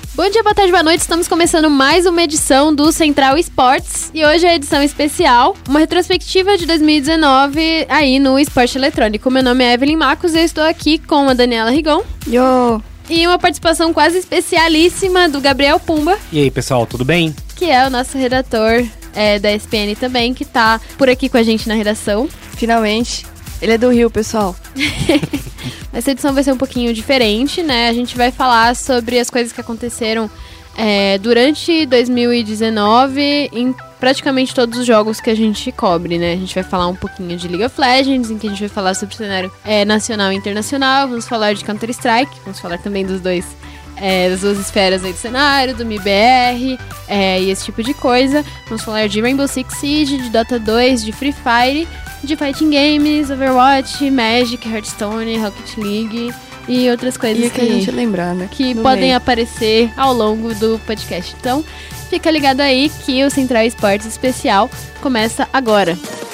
Bom dia, boa tarde, boa noite. Estamos começando mais uma edição do Central Esportes. E hoje é a edição especial, uma retrospectiva de 2019 aí no esporte eletrônico. Meu nome é Evelyn Marcos e eu estou aqui com a Daniela Rigon. Yo! E uma participação quase especialíssima do Gabriel Pumba. E aí, pessoal, tudo bem? Que é o nosso redator da ESPN também, que tá por aqui com a gente na redação. Finalmente. Ele é do Rio, pessoal. Essa edição vai ser um pouquinho diferente, né? A gente vai falar sobre as coisas que aconteceram durante 2019 em praticamente todos os jogos que a gente cobre, né? A gente vai falar um pouquinho de League of Legends, em que a gente vai falar sobre o cenário nacional e internacional, vamos falar de Counter-Strike, vamos falar também dos dois, das duas esferas aí do cenário, do MIBR e esse tipo de coisa. Vamos falar de Rainbow Six Siege, de Dota 2, de Free Fire, de Fighting Games, Overwatch, Magic, Hearthstone, Rocket League e outras coisas que a gente lembrar, né? Que podem aparecer ao longo do podcast. Então, fica ligado aí que o Central Esportes Especial começa agora.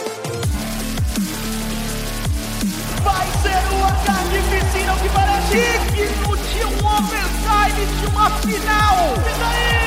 Vai ser uma carnificina que parece digno de um overtime de uma final. E daí?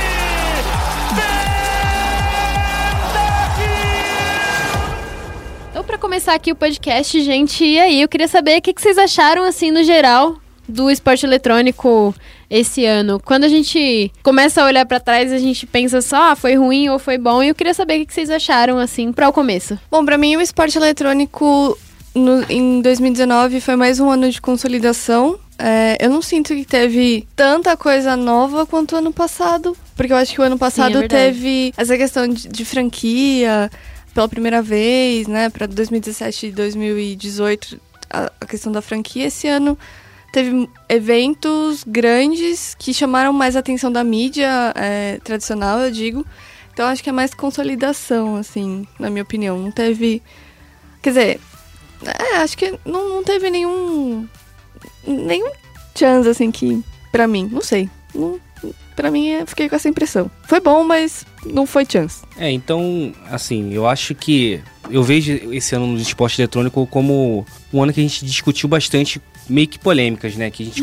Então, pra começar aqui o podcast, gente, e aí? Eu queria saber o que vocês acharam, assim, no geral, do esporte eletrônico esse ano. Quando a gente começa a olhar pra trás, a gente pensa só, foi ruim ou foi bom. E eu queria saber o que vocês acharam, assim, para o começo. Bom, pra mim o esporte eletrônico em 2019 foi mais um ano de consolidação. Eu não sinto que teve tanta coisa nova quanto o ano passado. Porque eu acho que o ano passado teve essa questão de franquia pela primeira vez, né? Pra 2017 e 2018, a questão da franquia. Esse ano teve eventos grandes que chamaram mais a atenção da mídia tradicional, eu digo. Então acho que é mais consolidação, assim, na minha opinião. Não teve... Quer dizer, acho que não teve nenhum chance, assim, que... Pra mim, não sei. Pra mim, fiquei com essa impressão. Foi bom, mas não foi chance. Então, assim, eu acho que... Eu vejo esse ano no esporte eletrônico como um ano que a gente discutiu bastante, meio que polêmicas, né? Que a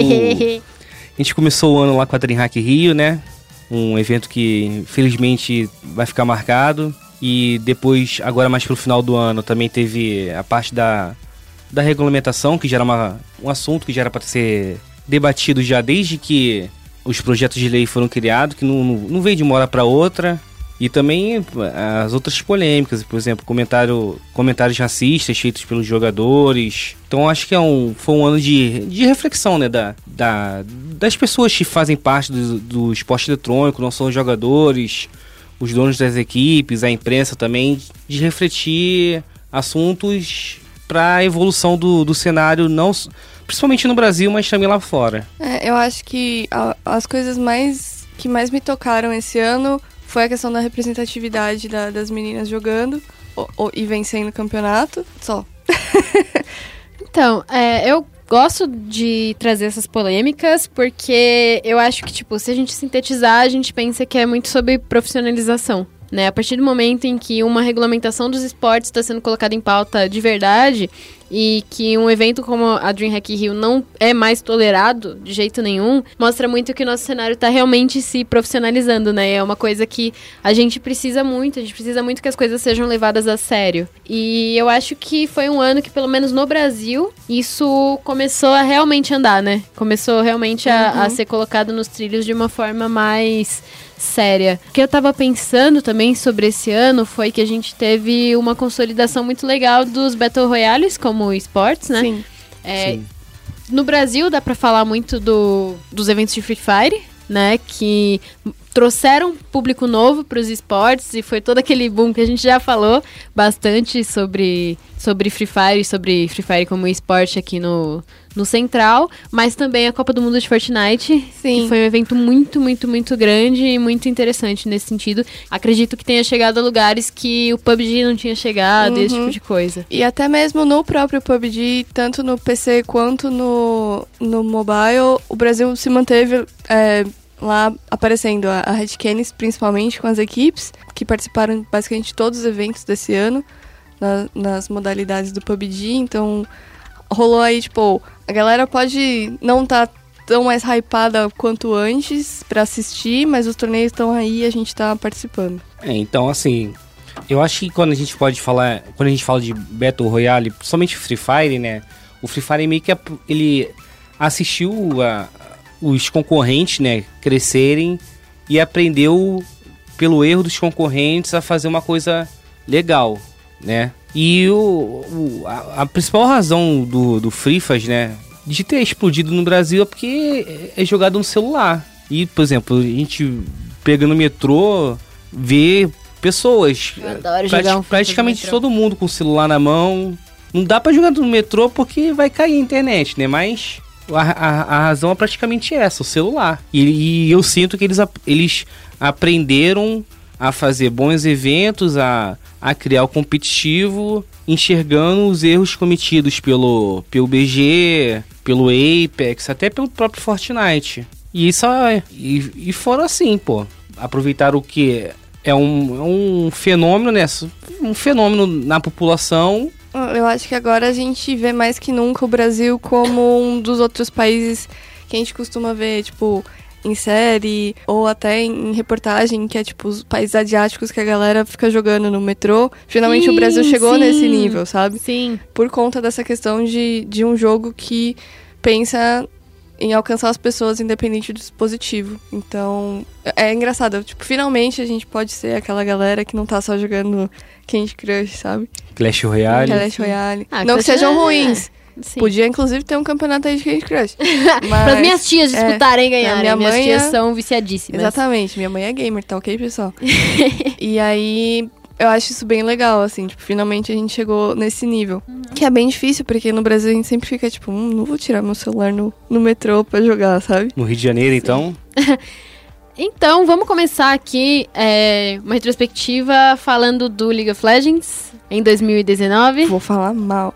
gente começou o ano lá com a DreamHack Rio, né? Um evento que, infelizmente, vai ficar marcado. E depois, agora mais pro final do ano, também teve a parte da regulamentação, que já era um assunto que já era para ser debatido já desde que os projetos de lei foram criados, que não veio de uma hora para outra. E também as outras polêmicas, por exemplo, comentários racistas feitos pelos jogadores. Então acho que foi um ano de reflexão, né, das pessoas que fazem parte do esporte eletrônico, não são os jogadores, os donos das equipes, a imprensa também, de refletir assuntos para a evolução do cenário, não principalmente no Brasil, mas também lá fora. Eu acho que as coisas que mais me tocaram esse ano foi a questão da representatividade das meninas jogando e vencendo o campeonato. Só. Então, eu gosto de trazer essas polêmicas porque eu acho que, tipo, se a gente sintetizar, a gente pensa que é muito sobre profissionalização, né? A partir do momento em que uma regulamentação dos esportes está sendo colocada em pauta de verdade e que um evento como a DreamHack Rio não é mais tolerado de jeito nenhum, mostra muito que o nosso cenário está realmente se profissionalizando, né? É uma coisa que a gente precisa muito que as coisas sejam levadas a sério. E eu acho que foi um ano que, pelo menos no Brasil, isso começou a realmente andar, né? Começou realmente a ser colocado nos trilhos de uma forma mais séria. O que eu tava pensando também sobre esse ano foi que a gente teve uma consolidação muito legal dos Battle Royales como esportes, né? Sim. Sim. No Brasil dá pra falar muito dos eventos de Free Fire, né? Que trouxeram público novo para os esportes e foi todo aquele boom que a gente já falou bastante sobre Free Fire, sobre Free Fire como esporte aqui no Central, mas também a Copa do Mundo de Fortnite, Sim. que foi um evento muito, muito, muito grande e muito interessante nesse sentido. Acredito que tenha chegado a lugares que o PUBG não tinha chegado, esse tipo de coisa. E até mesmo no próprio PUBG, tanto no PC quanto no mobile, o Brasil se manteve lá aparecendo a Red Canids, principalmente com as equipes que participaram basicamente de todos os eventos desse ano nas modalidades do PUBG. Então rolou aí, tipo, a galera pode não tá tão mais hypada quanto antes pra assistir, mas os torneios estão aí e a gente tá participando. Então, assim, eu acho que quando a gente fala de Battle Royale, somente Free Fire, né? O Free Fire meio que ele assistiu os concorrentes, né, crescerem e aprendeu pelo erro dos concorrentes a fazer uma coisa legal, né? E a principal razão do Free Fire, né, de ter explodido no Brasil é porque é jogado no celular. E, por exemplo, a gente pega no metrô, vê pessoas, Eu adoro jogar praticamente todo mundo com o celular na mão. Não dá pra jogar no metrô porque vai cair a internet, né? Mas a razão é praticamente essa, o celular. E eu sinto que eles aprenderam a fazer bons eventos, a criar o competitivo, enxergando os erros cometidos pelo PUBG, pelo Apex, até pelo próprio Fortnite. E foram assim, pô. Aproveitaram o que é um fenômeno, né? Um fenômeno na população. Eu acho que agora a gente vê mais que nunca o Brasil como um dos outros países que a gente costuma ver, tipo, em série ou até em reportagem, que é tipo os países asiáticos que a galera fica jogando no metrô. Finalmente Sim, o Brasil chegou sim. nesse nível, sabe? Sim. Por conta dessa questão de um jogo que pensa em alcançar as pessoas independente do dispositivo. Então, é engraçado. Tipo, finalmente a gente pode ser aquela galera que não tá só jogando Candy Crush, sabe? Clash Royale. Clash Royale. Ah, não Clash que sejam Royale, ruins. Sim. Podia, inclusive, ter um campeonato aí de Candy Crush. Para as minhas tias disputarem e ganharem. minha Minhas mãe tias são viciadíssimas. Exatamente. Minha mãe é gamer, tá ok, pessoal? E aí, eu acho isso bem legal, assim. Tipo, finalmente a gente chegou nesse nível. Que é bem difícil, porque no Brasil a gente sempre fica, tipo, não vou tirar meu celular no metrô pra jogar, sabe? No Rio de Janeiro, então. Então, vamos começar aqui uma retrospectiva falando do League of Legends em 2019. Vou falar mal.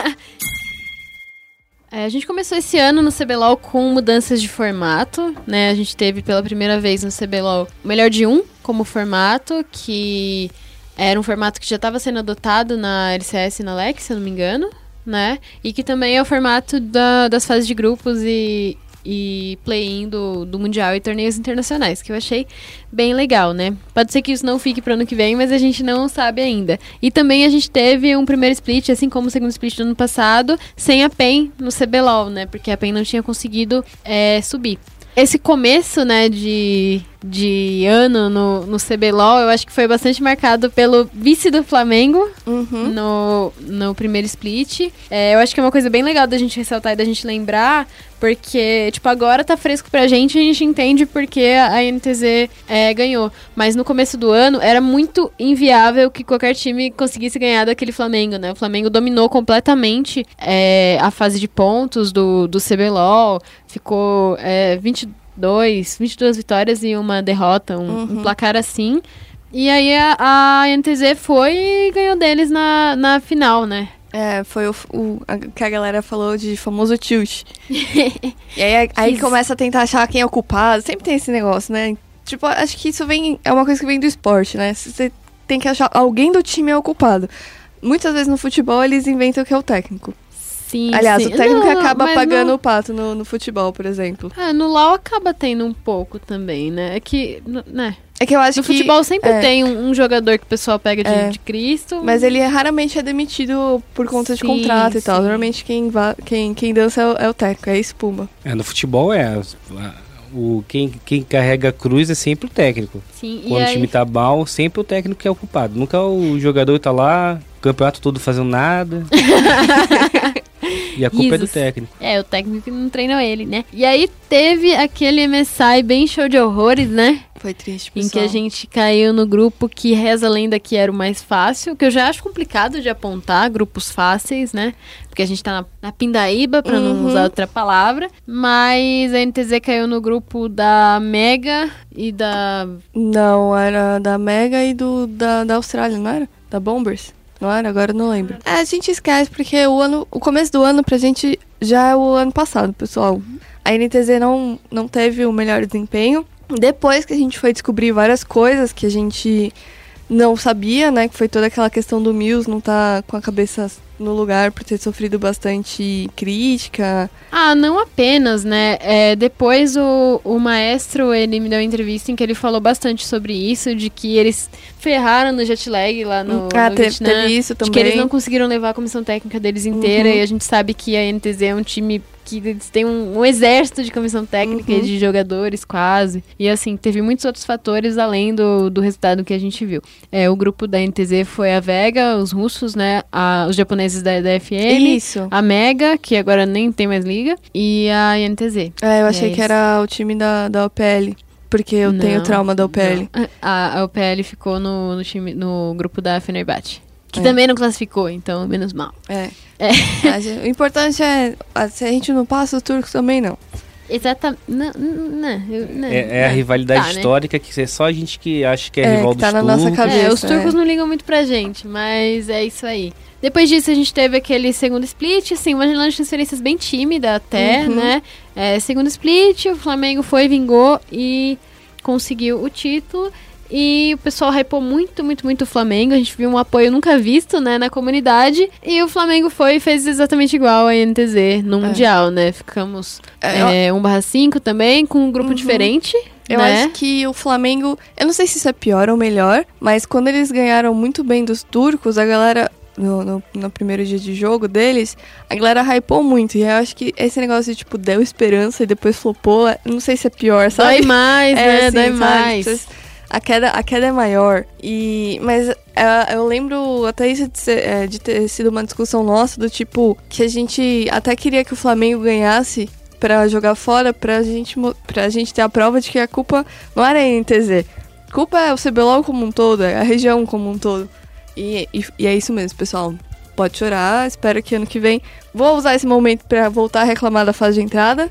A gente começou esse ano no CBLOL com mudanças de formato, né? A gente teve pela primeira vez no CBLOL o melhor de um como formato, que era um formato que já estava sendo adotado na LCS e na LEC, se eu não me engano, né? E que também é o formato das fases de grupos e play-in do Mundial e torneios internacionais, que eu achei bem legal, né? Pode ser que isso não fique pro ano que vem, mas a gente não sabe ainda. E também a gente teve um primeiro split, assim como o segundo split do ano passado, sem a PEN no CBLOL, né? Porque a PEN não tinha conseguido subir. Esse começo, né, de ano no CBLOL, eu acho que foi bastante marcado pelo vice do Flamengo no primeiro split. Eu acho que é uma coisa bem legal da gente ressaltar e da gente lembrar, porque, tipo, agora tá fresco pra gente e a gente entende porque a NTZ ganhou. Mas no começo do ano era muito inviável que qualquer time conseguisse ganhar daquele Flamengo, né? O Flamengo dominou completamente a fase de pontos do CBLOL, ficou 22 vitórias e uma derrota, um placar assim. E aí a NTZ foi e ganhou deles na final, né? Foi o que a galera falou de famoso tilt. E aí começa a tentar achar quem é o culpado. Sempre tem esse negócio, né? Tipo, acho que isso é uma coisa que vem do esporte, né? Você tem que achar alguém do time é o culpado. Muitas vezes no futebol eles inventam que é o técnico. Sim, aliás, sim. o técnico Não, acaba mas pagando o pato no futebol, por exemplo. No LoL acaba tendo um pouco também, né? É que, né? É que eu acho No que... futebol sempre tem um jogador que o pessoal pega de Cristo. Mas ele raramente é demitido por conta de Sim, contrato e tal. sim. Normalmente quem dança é o técnico, é a espuma. No futebol quem carrega a cruz é sempre o técnico. Sim, Quando o time tá mal, sempre o técnico que é o culpado. Nunca o jogador tá lá, o campeonato todo fazendo nada. E a culpa é do técnico. O técnico que não treinou ele, né? E aí teve aquele MSI bem show de horrores, né? Foi triste, pessoal. Em que a gente caiu no grupo que reza a lenda que era o mais fácil, que eu já acho complicado de apontar grupos fáceis, né? Porque a gente tá na pindaíba, pra não usar outra palavra. Mas a NTZ caiu no grupo da Mega e da... Não, era da Mega e da Austrália, não era? Da Bombers? Não era? Agora eu não lembro. A gente esquece, porque o começo do ano pra gente já é o ano passado, pessoal. A NTZ não teve o melhor desempenho. Depois que a gente foi descobrir várias coisas que a gente não sabia, né? Que foi toda aquela questão do Mills não tá com a cabeça no lugar por ter sofrido bastante crítica. Ah, não apenas, né? Depois o maestro, ele me deu uma entrevista em que ele falou bastante sobre isso, de que eles ferraram no jet lag lá no Vietnã, teve isso também. de que eles não conseguiram levar a comissão técnica deles inteira, e a gente sabe que a NTZ é um time que eles têm um exército de comissão técnica e de jogadores quase. E assim, teve muitos outros fatores além do resultado que a gente viu. O grupo da NTZ foi a Vega, os russos, né? Os japoneses da FM, Isso. a Mega, que agora nem tem mais liga, e a NTZ. Eu achei que era o time da UPL. Porque eu tenho trauma da UPL. A UPL ficou no grupo da Fenerbahçe. Que também não classificou, então menos mal. O importante se a gente não passa, os turcos também não. Exatamente. A rivalidade histórica, que é só a gente que acha que é rival que tá dos na turcos. nossa cabeça. Os turcos não ligam muito pra gente, mas é isso aí. Depois disso, a gente teve aquele segundo split, assim, uma janela de transferências bem tímida até, né? Segundo split, o Flamengo vingou e conseguiu o título. E o pessoal hypou muito, muito, muito o Flamengo. A gente viu um apoio nunca visto, né, na comunidade. E o Flamengo foi e fez exatamente igual a NTZ no Mundial, né? Ficamos 1/5 também, com um grupo diferente. Eu acho que o Flamengo... Eu não sei se isso é pior ou melhor, mas quando eles ganharam muito bem dos turcos, a galera... No primeiro dia de jogo deles, a galera hypou muito. E eu acho que esse negócio de, tipo, deu esperança e depois flopou. Não sei se é pior, sabe? Dói mais, né? Assim, Dói sabe? mais. A queda é maior. Mas eu lembro até isso de ter sido uma discussão nossa, do tipo, que a gente até queria que o Flamengo ganhasse pra jogar fora, pra gente ter a prova de que a culpa não era a NTZ. A culpa é o CBLOL como um todo, é a região como um todo. E é isso mesmo, pessoal. Pode chorar, espero que ano que vem... Vou usar esse momento pra voltar a reclamar da fase de entrada.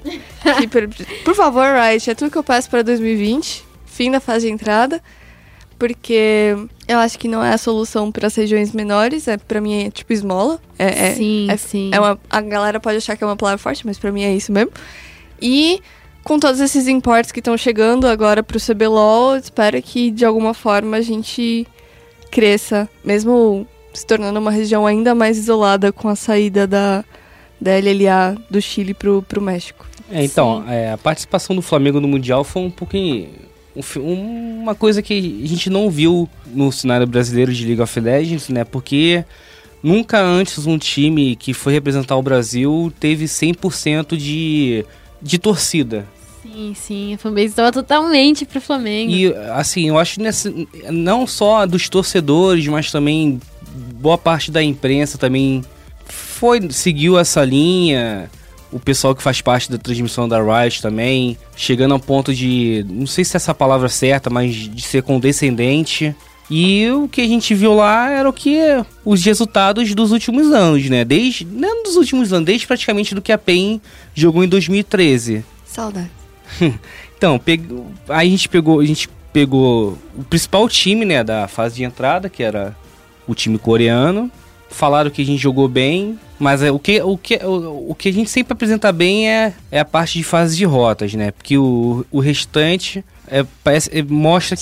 Por favor, Riot, é tudo que eu peço pra 2020. Fim da fase de entrada. Porque eu acho que não é a solução para as regiões menores. Pra mim é tipo esmola. Sim. A galera pode achar que é uma palavra forte, mas pra mim é isso mesmo. E com todos esses imports que estão chegando agora pro CBLOL, espero que de alguma forma a gente cresça, mesmo se tornando uma região ainda mais isolada com a saída da LLA do Chile pro México. Então, a participação do Flamengo no Mundial foi um pouquinho... uma coisa que a gente não viu no cenário brasileiro de League of Legends, né? Porque nunca antes um time que foi representar o Brasil teve 100% de torcida. Sim, a fanbase estava totalmente pro Flamengo. E, assim, eu acho não só dos torcedores, mas também boa parte da imprensa também seguiu essa linha. O pessoal que faz parte da transmissão da Riot também, chegando ao ponto de, não sei se é essa palavra certa, mas de ser condescendente. E o que a gente viu lá era os resultados dos últimos anos, né? Não dos últimos anos, desde praticamente do que a PEN jogou em 2013. Saudade. Então, aí a gente pegou o principal time, né, da fase de entrada, que era o time coreano. Falaram que a gente jogou bem, mas o que a gente sempre apresenta bem é a parte de fase de rotas, né? Porque o restante mostra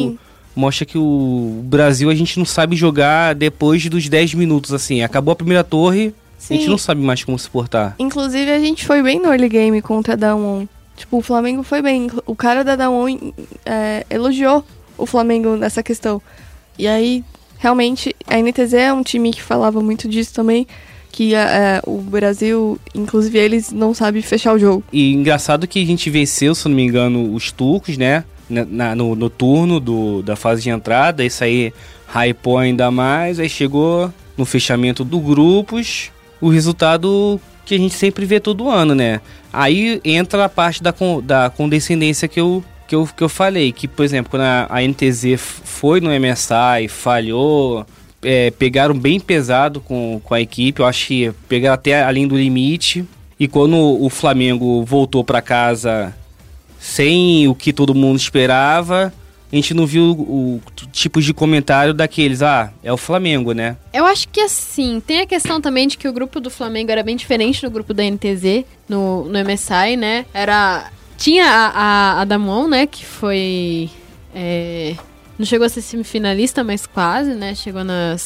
que o Brasil a gente não sabe jogar depois dos 10 minutos, assim. Acabou a primeira torre, a gente não sabe mais como se portar. Inclusive, a gente foi bem no early game contra a Damwon. Tipo, o Flamengo foi bem. O cara da Damwon elogiou o Flamengo nessa questão. E aí, realmente, a NTZ é um time que falava muito disso também, que o Brasil, inclusive eles, não sabem fechar o jogo. E engraçado que a gente venceu, se não me engano, os turcos, né? No turno da fase de entrada. Isso aí hypou ainda mais. Aí chegou no fechamento do grupos, o resultado que a gente sempre vê todo ano, né? Aí entra a parte da condescendência que eu falei, que, por exemplo, quando a NTZ foi no MSI, falhou, pegaram bem pesado com a equipe, eu acho que pegaram até além do limite, e quando o Flamengo voltou para casa sem o que todo mundo esperava, a gente não viu o tipo de comentário daqueles, é o Flamengo, né? Eu acho que assim, tem a questão também de que o grupo do Flamengo era bem diferente do grupo da NTZ no MSI, né? Tinha a Damwon, né, que foi... não chegou a ser semifinalista, mas quase, né? Chegou nas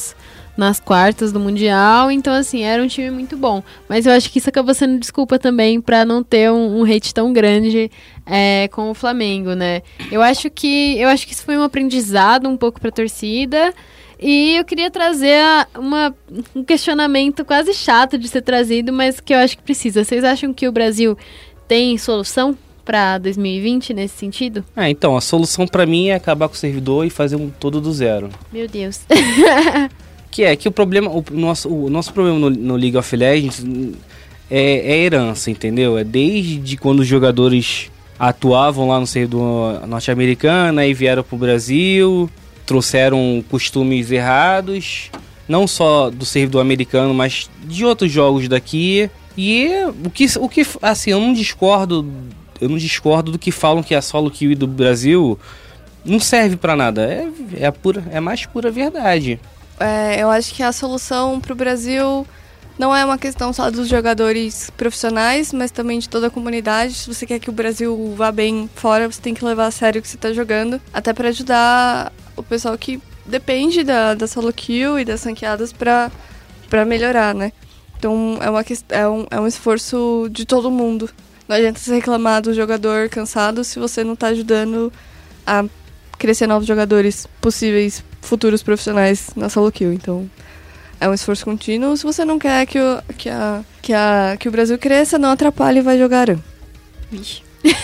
nas quartas do Mundial, então assim, era um time muito bom. Mas eu acho que isso acabou sendo desculpa também pra não ter um hate tão grande com o Flamengo, né? Eu acho que isso foi um aprendizado um pouco pra torcida, e eu queria trazer um questionamento quase chato de ser trazido, mas que eu acho que precisa. Vocês acham que o Brasil tem solução para 2020 nesse sentido? Então, a solução pra mim é acabar com o servidor e fazer um todo do zero. Meu Deus. Que o problema, o nosso problema no League of Legends é herança, entendeu? É desde quando os jogadores atuavam lá no servidor norte-americano e vieram pro Brasil, trouxeram costumes errados, não só do servidor americano, mas de outros jogos daqui. E o que assim, eu não discordo do que falam que a solo kill do Brasil não serve pra nada. É a mais pura verdade. Eu acho que a solução pro Brasil não é uma questão só dos jogadores profissionais, mas também de toda a comunidade. Se você quer que o Brasil vá bem fora, você tem que levar a sério o que você tá jogando, até pra ajudar o pessoal que depende da solo kill e das ranqueadas pra melhorar, né? Então é um esforço de todo mundo. Não adianta você reclamar do jogador cansado se você não tá ajudando a crescer novos jogadores possíveis, futuros profissionais na solo kill. Então é um esforço contínuo. Se você não quer que o Brasil cresça, não atrapalhe e vai jogar. Vixe.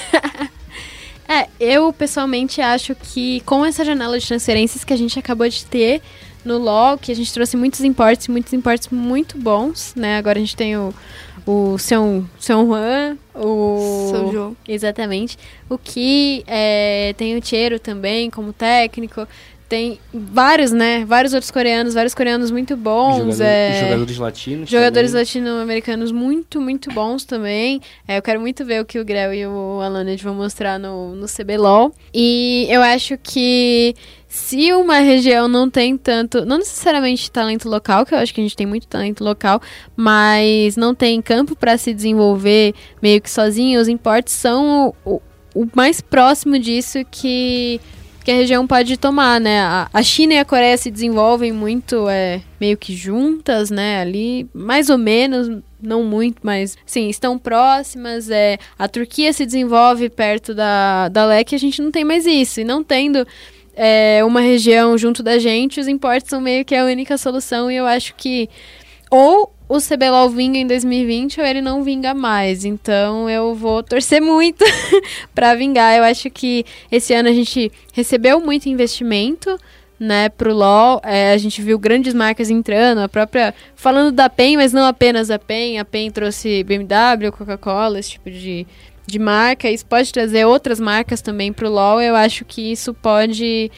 Eu pessoalmente acho que com essa janela de transferências que a gente acabou de ter no LoL, que a gente trouxe muitos imports muito bons, né? Agora a gente tem o Seon Hwan, Sojo. Exatamente. O Ki, tem o Chero também como técnico. Tem vários, né? Vários coreanos muito bons. Jogadores latinos. Jogadores latino-americanos muito bons também. Eu quero muito ver o que o Grell e o Alaned vão mostrar no CBLOL. E eu acho que se uma região não tem tanto, não necessariamente talento local, que eu acho que a gente tem muito talento local, mas não tem campo para se desenvolver meio que sozinho, os imports são o mais próximo disso que a região pode tomar, né? A China e a Coreia se desenvolvem muito, meio que juntas, né? Ali, mais ou menos, não muito, mas, sim, estão próximas. A Turquia se desenvolve perto da LEC, a gente não tem mais isso. E não tendo uma região junto da gente, os imports são meio que a única solução. E eu acho que ou o CBLOL vinga em 2020 ou ele não vinga mais. Então eu vou torcer muito pra vingar. Eu acho que esse ano a gente recebeu muito investimento, né, pro LoL. A gente viu grandes marcas entrando, a própria... Falando da PEN, mas não apenas a PEN. A PEN trouxe BMW, Coca-Cola, esse tipo de marca. Isso pode trazer outras marcas também pro LoL. Eu acho que isso pode...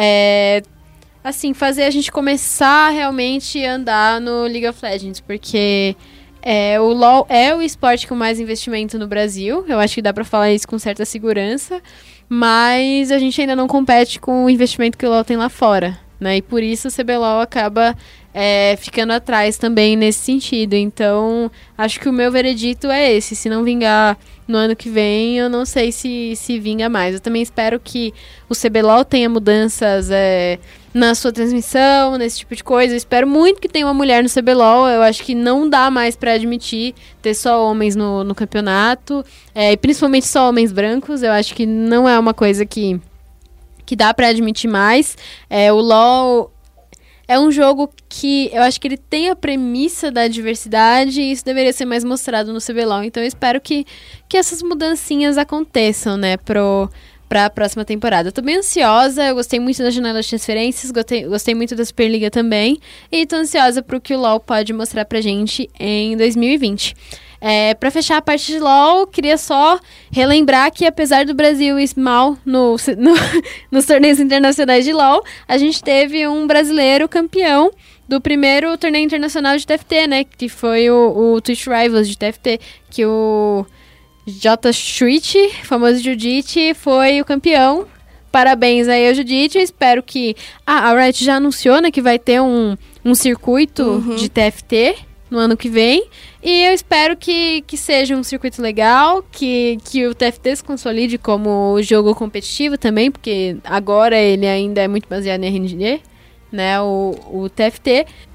assim, fazer a gente começar realmente a andar no League of Legends, porque o LoL é o esporte com mais investimento no Brasil, eu acho que dá pra falar isso com certa segurança, mas a gente ainda não compete com o investimento que o LoL tem lá fora, né, e por isso o CBLOL acaba ficando atrás também nesse sentido. Então, acho que o meu veredito é esse, se não vingar no ano que vem, eu não sei se vinga mais. Eu também espero que o CBLOL tenha mudanças na sua transmissão, nesse tipo de coisa. Eu espero muito que tenha uma mulher no CBLOL. Eu acho que não dá mais pra admitir ter só homens no campeonato, e principalmente só homens brancos. Eu acho que não é uma coisa que dá pra admitir mais. O LoL é um jogo que eu acho que ele tem a premissa da diversidade e isso deveria ser mais mostrado no CBLOL. Então eu espero que essas mudancinhas aconteçam, né, pra próxima temporada. Eu tô bem ansiosa, eu gostei muito da janela de transferências, gostei muito da Superliga também, e tô ansiosa pro que o LoL pode mostrar pra gente em 2020. Pra fechar a parte de LoL, queria só relembrar que apesar do Brasil ir mal nos torneios internacionais de LoL, a gente teve um brasileiro campeão do primeiro torneio internacional de TFT, né, que foi o Twitch Rivals de TFT, que o J. Street, famoso Judite, foi o campeão. Parabéns aí ao Judite. Espero que... a Riot já anunciou, né, que vai ter um circuito de TFT no ano que vem. E eu espero que seja um circuito legal, que o TFT se consolide como jogo competitivo também, porque agora ele ainda é muito baseado em RNG, né, o TFT.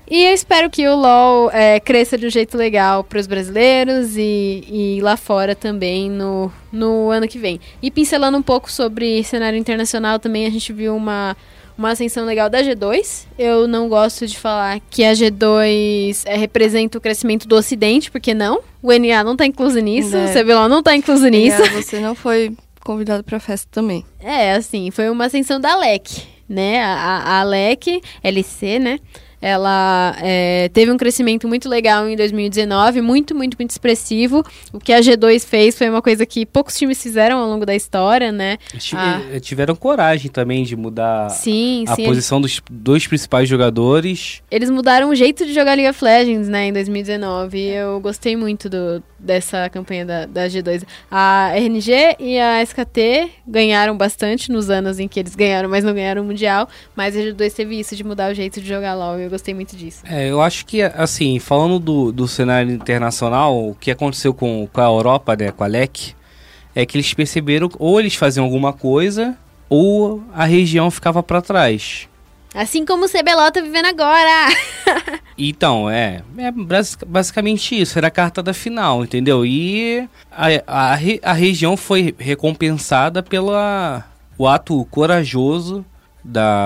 E eu espero que o LoL cresça de um jeito legal para os brasileiros e lá fora também no ano que vem. E pincelando um pouco sobre cenário internacional também, a gente viu uma ascensão legal da G2. Eu não gosto de falar que a G2 representa o crescimento do Ocidente, porque não. O NA não tá incluso nisso, o CBLOL não tá incluso nisso. Você não foi convidado pra festa também. Assim, foi uma ascensão da LEC, né? A LEC, LC, né? Ela teve um crescimento muito legal em 2019, muito, muito, muito expressivo. O que a G2 fez foi uma coisa que poucos times fizeram ao longo da história, né? Tiveram coragem também de mudar a posição dos dois principais jogadores. Eles mudaram o jeito de jogar League of Legends, né, em 2019. E eu gostei muito dessa campanha da G2. A RNG e a SKT ganharam bastante nos anos em que eles ganharam, mas não ganharam o Mundial. Mas a G2 teve isso de mudar o jeito de jogar LoL. Eu gostei muito disso. Eu acho que, assim, falando do cenário internacional, o que aconteceu com a Europa, né, com a LEC, é que eles perceberam ou eles faziam alguma coisa ou a região ficava pra trás. Assim como o CBLOL tá vivendo agora! Então, basicamente isso, era a carta da final, entendeu? E a região foi recompensada pelo ato corajoso da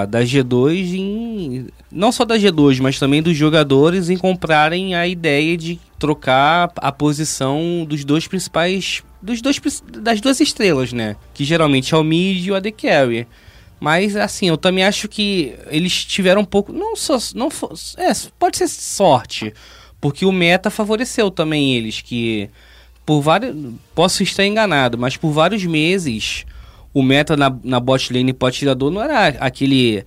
G2, não só da G2, mas também dos jogadores em comprarem a ideia de trocar a posição dos dois principais, das duas estrelas, né? Que geralmente é o mid e o AD Carry. Mas, assim, eu também acho que eles tiveram um pouco... pode ser sorte, porque o meta favoreceu também eles, que posso estar enganado, mas por vários meses o meta na bot lane pro atirador não era aquele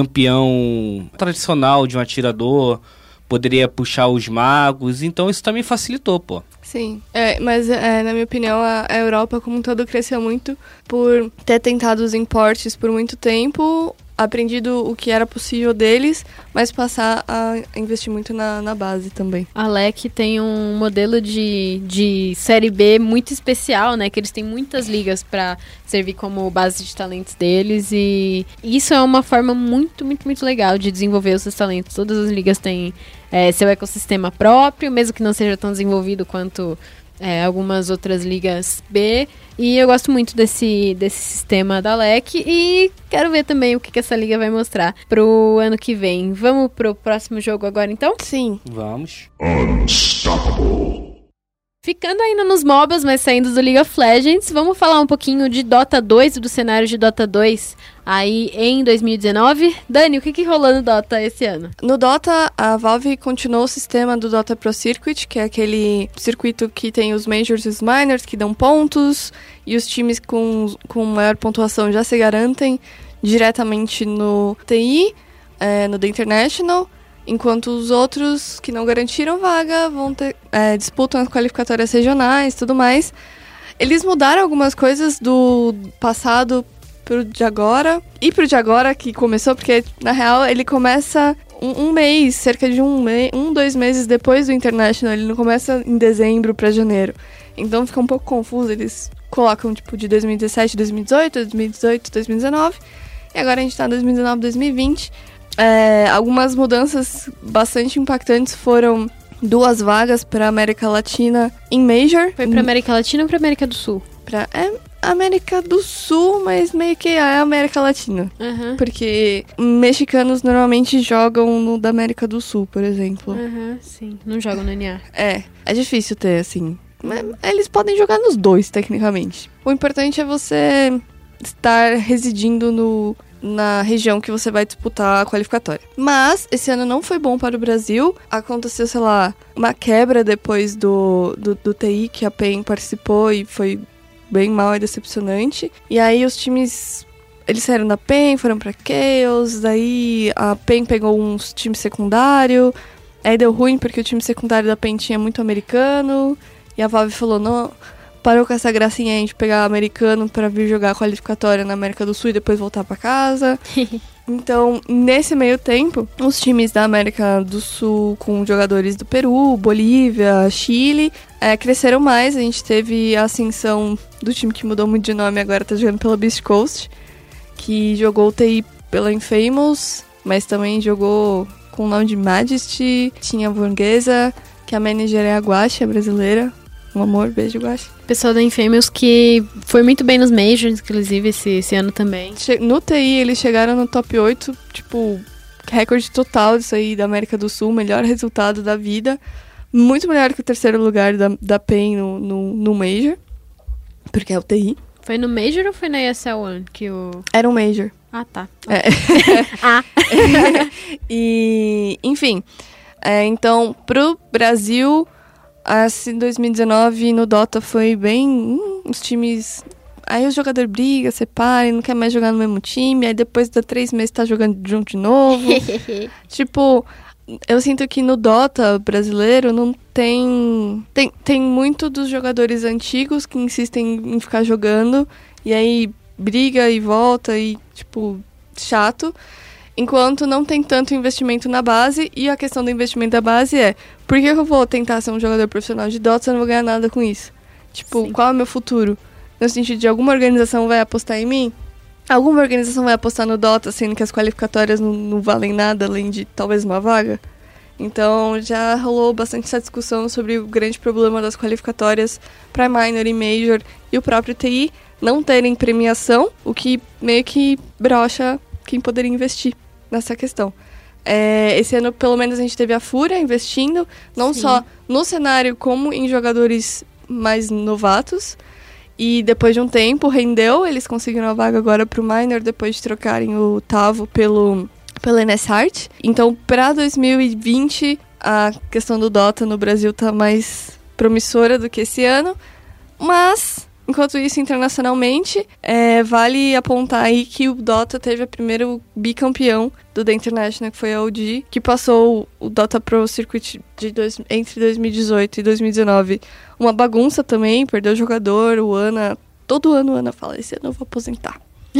campeão tradicional de um atirador, poderia puxar os magos, então isso também facilitou, pô. Sim, mas na minha opinião a Europa como um todo cresceu muito por ter tentado os importes por muito tempo, aprendido o que era possível deles, mas passar a investir muito na base também. A LEC tem um modelo de Série B muito especial, né? Que eles têm muitas ligas para servir como base de talentos deles e isso é uma forma muito, muito, muito legal de desenvolver os seus talentos. Todas as ligas têm seu ecossistema próprio, mesmo que não seja tão desenvolvido quanto algumas outras ligas B, e eu gosto muito desse sistema da LEC e quero ver também o que essa liga vai mostrar pro ano que vem. Vamos pro próximo jogo agora, então? Sim. Vamos. Unstoppable. Ficando ainda nos MOBAs, mas saindo do League of Legends, vamos falar um pouquinho de Dota 2, do cenário de Dota 2 aí em 2019. Dani, o que rolou no Dota esse ano? No Dota, a Valve continuou o sistema do Dota Pro Circuit, que é aquele circuito que tem os Majors e os Minors, que dão pontos, e os times com maior pontuação já se garantem diretamente no TI, no The International, enquanto os outros que não garantiram vaga disputam as qualificatórias regionais e tudo mais. Eles mudaram algumas coisas do passado pro de agora, e pro de agora que começou, porque na real ele começa um mês, cerca de 2 meses depois do International, ele não começa em dezembro pra janeiro. Então fica um pouco confuso, eles colocam tipo de 2017, 2018, 2018, 2019, e agora a gente tá em 2019, 2020. Algumas mudanças bastante impactantes foram 2 vagas para América Latina em Major. Foi para América Latina ou para América do Sul? Pra América do Sul, mas meio que é América Latina. Uhum. Porque mexicanos normalmente jogam no da América do Sul, por exemplo. Sim, não jogam no NA. É difícil ter, assim. Mas eles podem jogar nos dois, tecnicamente. O importante é você estar residindo na região que você vai disputar a qualificatória. Mas esse ano não foi bom para o Brasil. Aconteceu, sei lá, uma quebra depois do TI, que a PEN participou e foi bem mal e decepcionante. E aí os times, eles saíram da PEN, foram pra Chaos, daí a PEN pegou uns times secundários, aí deu ruim porque o time secundário da PEN tinha muito americano, e a Valve falou, não, parou com essa gracinha aí de pegar americano pra vir jogar a qualificatória na América do Sul e depois voltar pra casa. Então, nesse meio tempo, os times da América do Sul, com jogadores do Peru, Bolívia, Chile, cresceram mais. A gente teve a ascensão do time que mudou muito de nome, agora tá jogando pela Beast Coast, que jogou o TI pela Infamous, mas também jogou com o nome de Majesty, tinha a Burguesa, que a manager é a Guache, a brasileira. Um amor, beijo, Guache. Pessoal da Infamous que foi muito bem nos Majors, inclusive, esse ano também. No TI, eles chegaram no top 8, tipo, recorde total disso aí da América do Sul, melhor resultado da vida. Muito melhor que o terceiro lugar da PEN no Major, porque é o TI. Foi no Major ou foi na ESL One que o... Era um Major. Ah, tá. E, enfim, então, pro Brasil, assim, 2019 no Dota foi bem... os times... Aí o jogador briga, separa, não quer mais jogar no mesmo time, aí depois de 3 meses tá jogando junto de novo. Tipo, eu sinto que no Dota brasileiro não tem... Tem muito dos jogadores antigos que insistem em ficar jogando, e aí briga e volta e, tipo, chato. Enquanto não tem tanto investimento na base, e a questão do investimento da base é: por que eu vou tentar ser um jogador profissional de Dota se eu não vou ganhar nada com isso? Tipo, qual é o meu futuro? No sentido de alguma organização vai apostar em mim? Alguma organização vai apostar no Dota, sendo que as qualificatórias não valem nada além de talvez uma vaga? Então já rolou bastante essa discussão sobre o grande problema das qualificatórias para Minor e Major e o próprio TI não terem premiação, o que meio que brocha quem poderia investir nessa questão. Esse ano, pelo menos, a gente teve a Fúria investindo, não só no cenário, como em jogadores mais novatos. E depois de um tempo, rendeu, eles conseguiram a vaga agora pro Minor, depois de trocarem o Tavo pelo NSHeart. Então, para 2020, a questão do Dota no Brasil tá mais promissora do que esse ano. Mas, enquanto isso, internacionalmente, vale apontar aí que o Dota teve a primeira bicampeão do The International, que foi a OG, que passou o Dota Pro Circuit entre 2018 e 2019. Uma bagunça também, perdeu o jogador, o Ana... Todo ano o Ana fala: esse ano eu vou aposentar.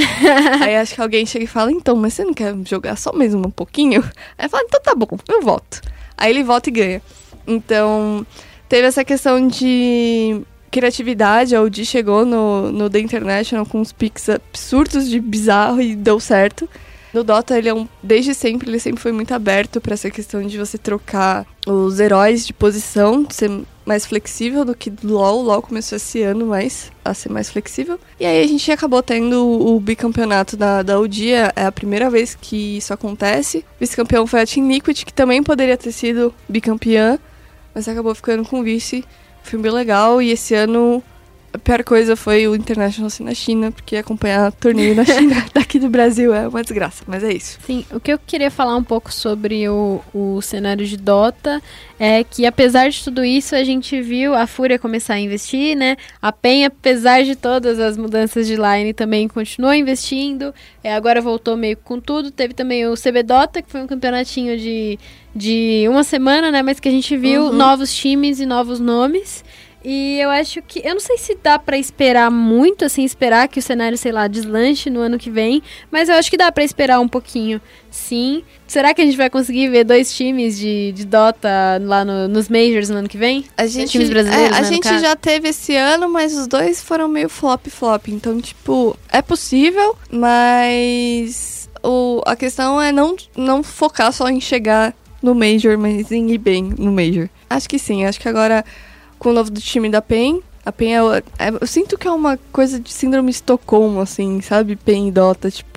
Aí acho que alguém chega e fala: então, mas você não quer jogar só mesmo um pouquinho? Aí fala: então tá bom, eu volto. Aí ele volta e ganha. Então, teve essa questão de criatividade. A OG chegou no The International com uns picks absurdos de bizarro e deu certo. No Dota, desde sempre, ele sempre foi muito aberto para essa questão de você trocar os heróis de posição, ser mais flexível do que LoL. LoL começou esse ano a ser mais flexível. E aí a gente acabou tendo o bicampeonato da OG, é a primeira vez que isso acontece. Vice-campeão foi a Team Liquid, que também poderia ter sido bicampeã, mas acabou ficando com vice. Foi bem legal, e esse ano a pior coisa foi o International ser na China, porque acompanhar torneio na China daqui do Brasil é uma desgraça, mas é isso. Sim, o que eu queria falar um pouco sobre o cenário de Dota é que, apesar de tudo isso, a gente viu a Fúria começar a investir, né? A PEN, apesar de todas as mudanças de line, também continuou investindo, agora voltou meio com tudo. Teve também o CB Dota, que foi um campeonatinho de uma semana, né? Mas que a gente viu novos times e novos nomes. E eu acho que... Eu não sei se dá pra esperar muito, assim, esperar que o cenário, sei lá, deslanche no ano que vem. Mas eu acho que dá pra esperar um pouquinho, sim. Será que a gente vai conseguir ver 2 times de Dota lá nos Majors no ano que vem? Times brasileiros, a né, gente já teve esse ano, mas os 2 foram meio flop. Então, tipo, é possível, mas a questão é não focar só em chegar no Major, mas em ir bem no Major. Acho que sim, acho que agora... Com o novo do time da PEN. A PEN eu sinto que é uma coisa de síndrome de Estocolmo, assim, sabe? PEN e Dota, tipo...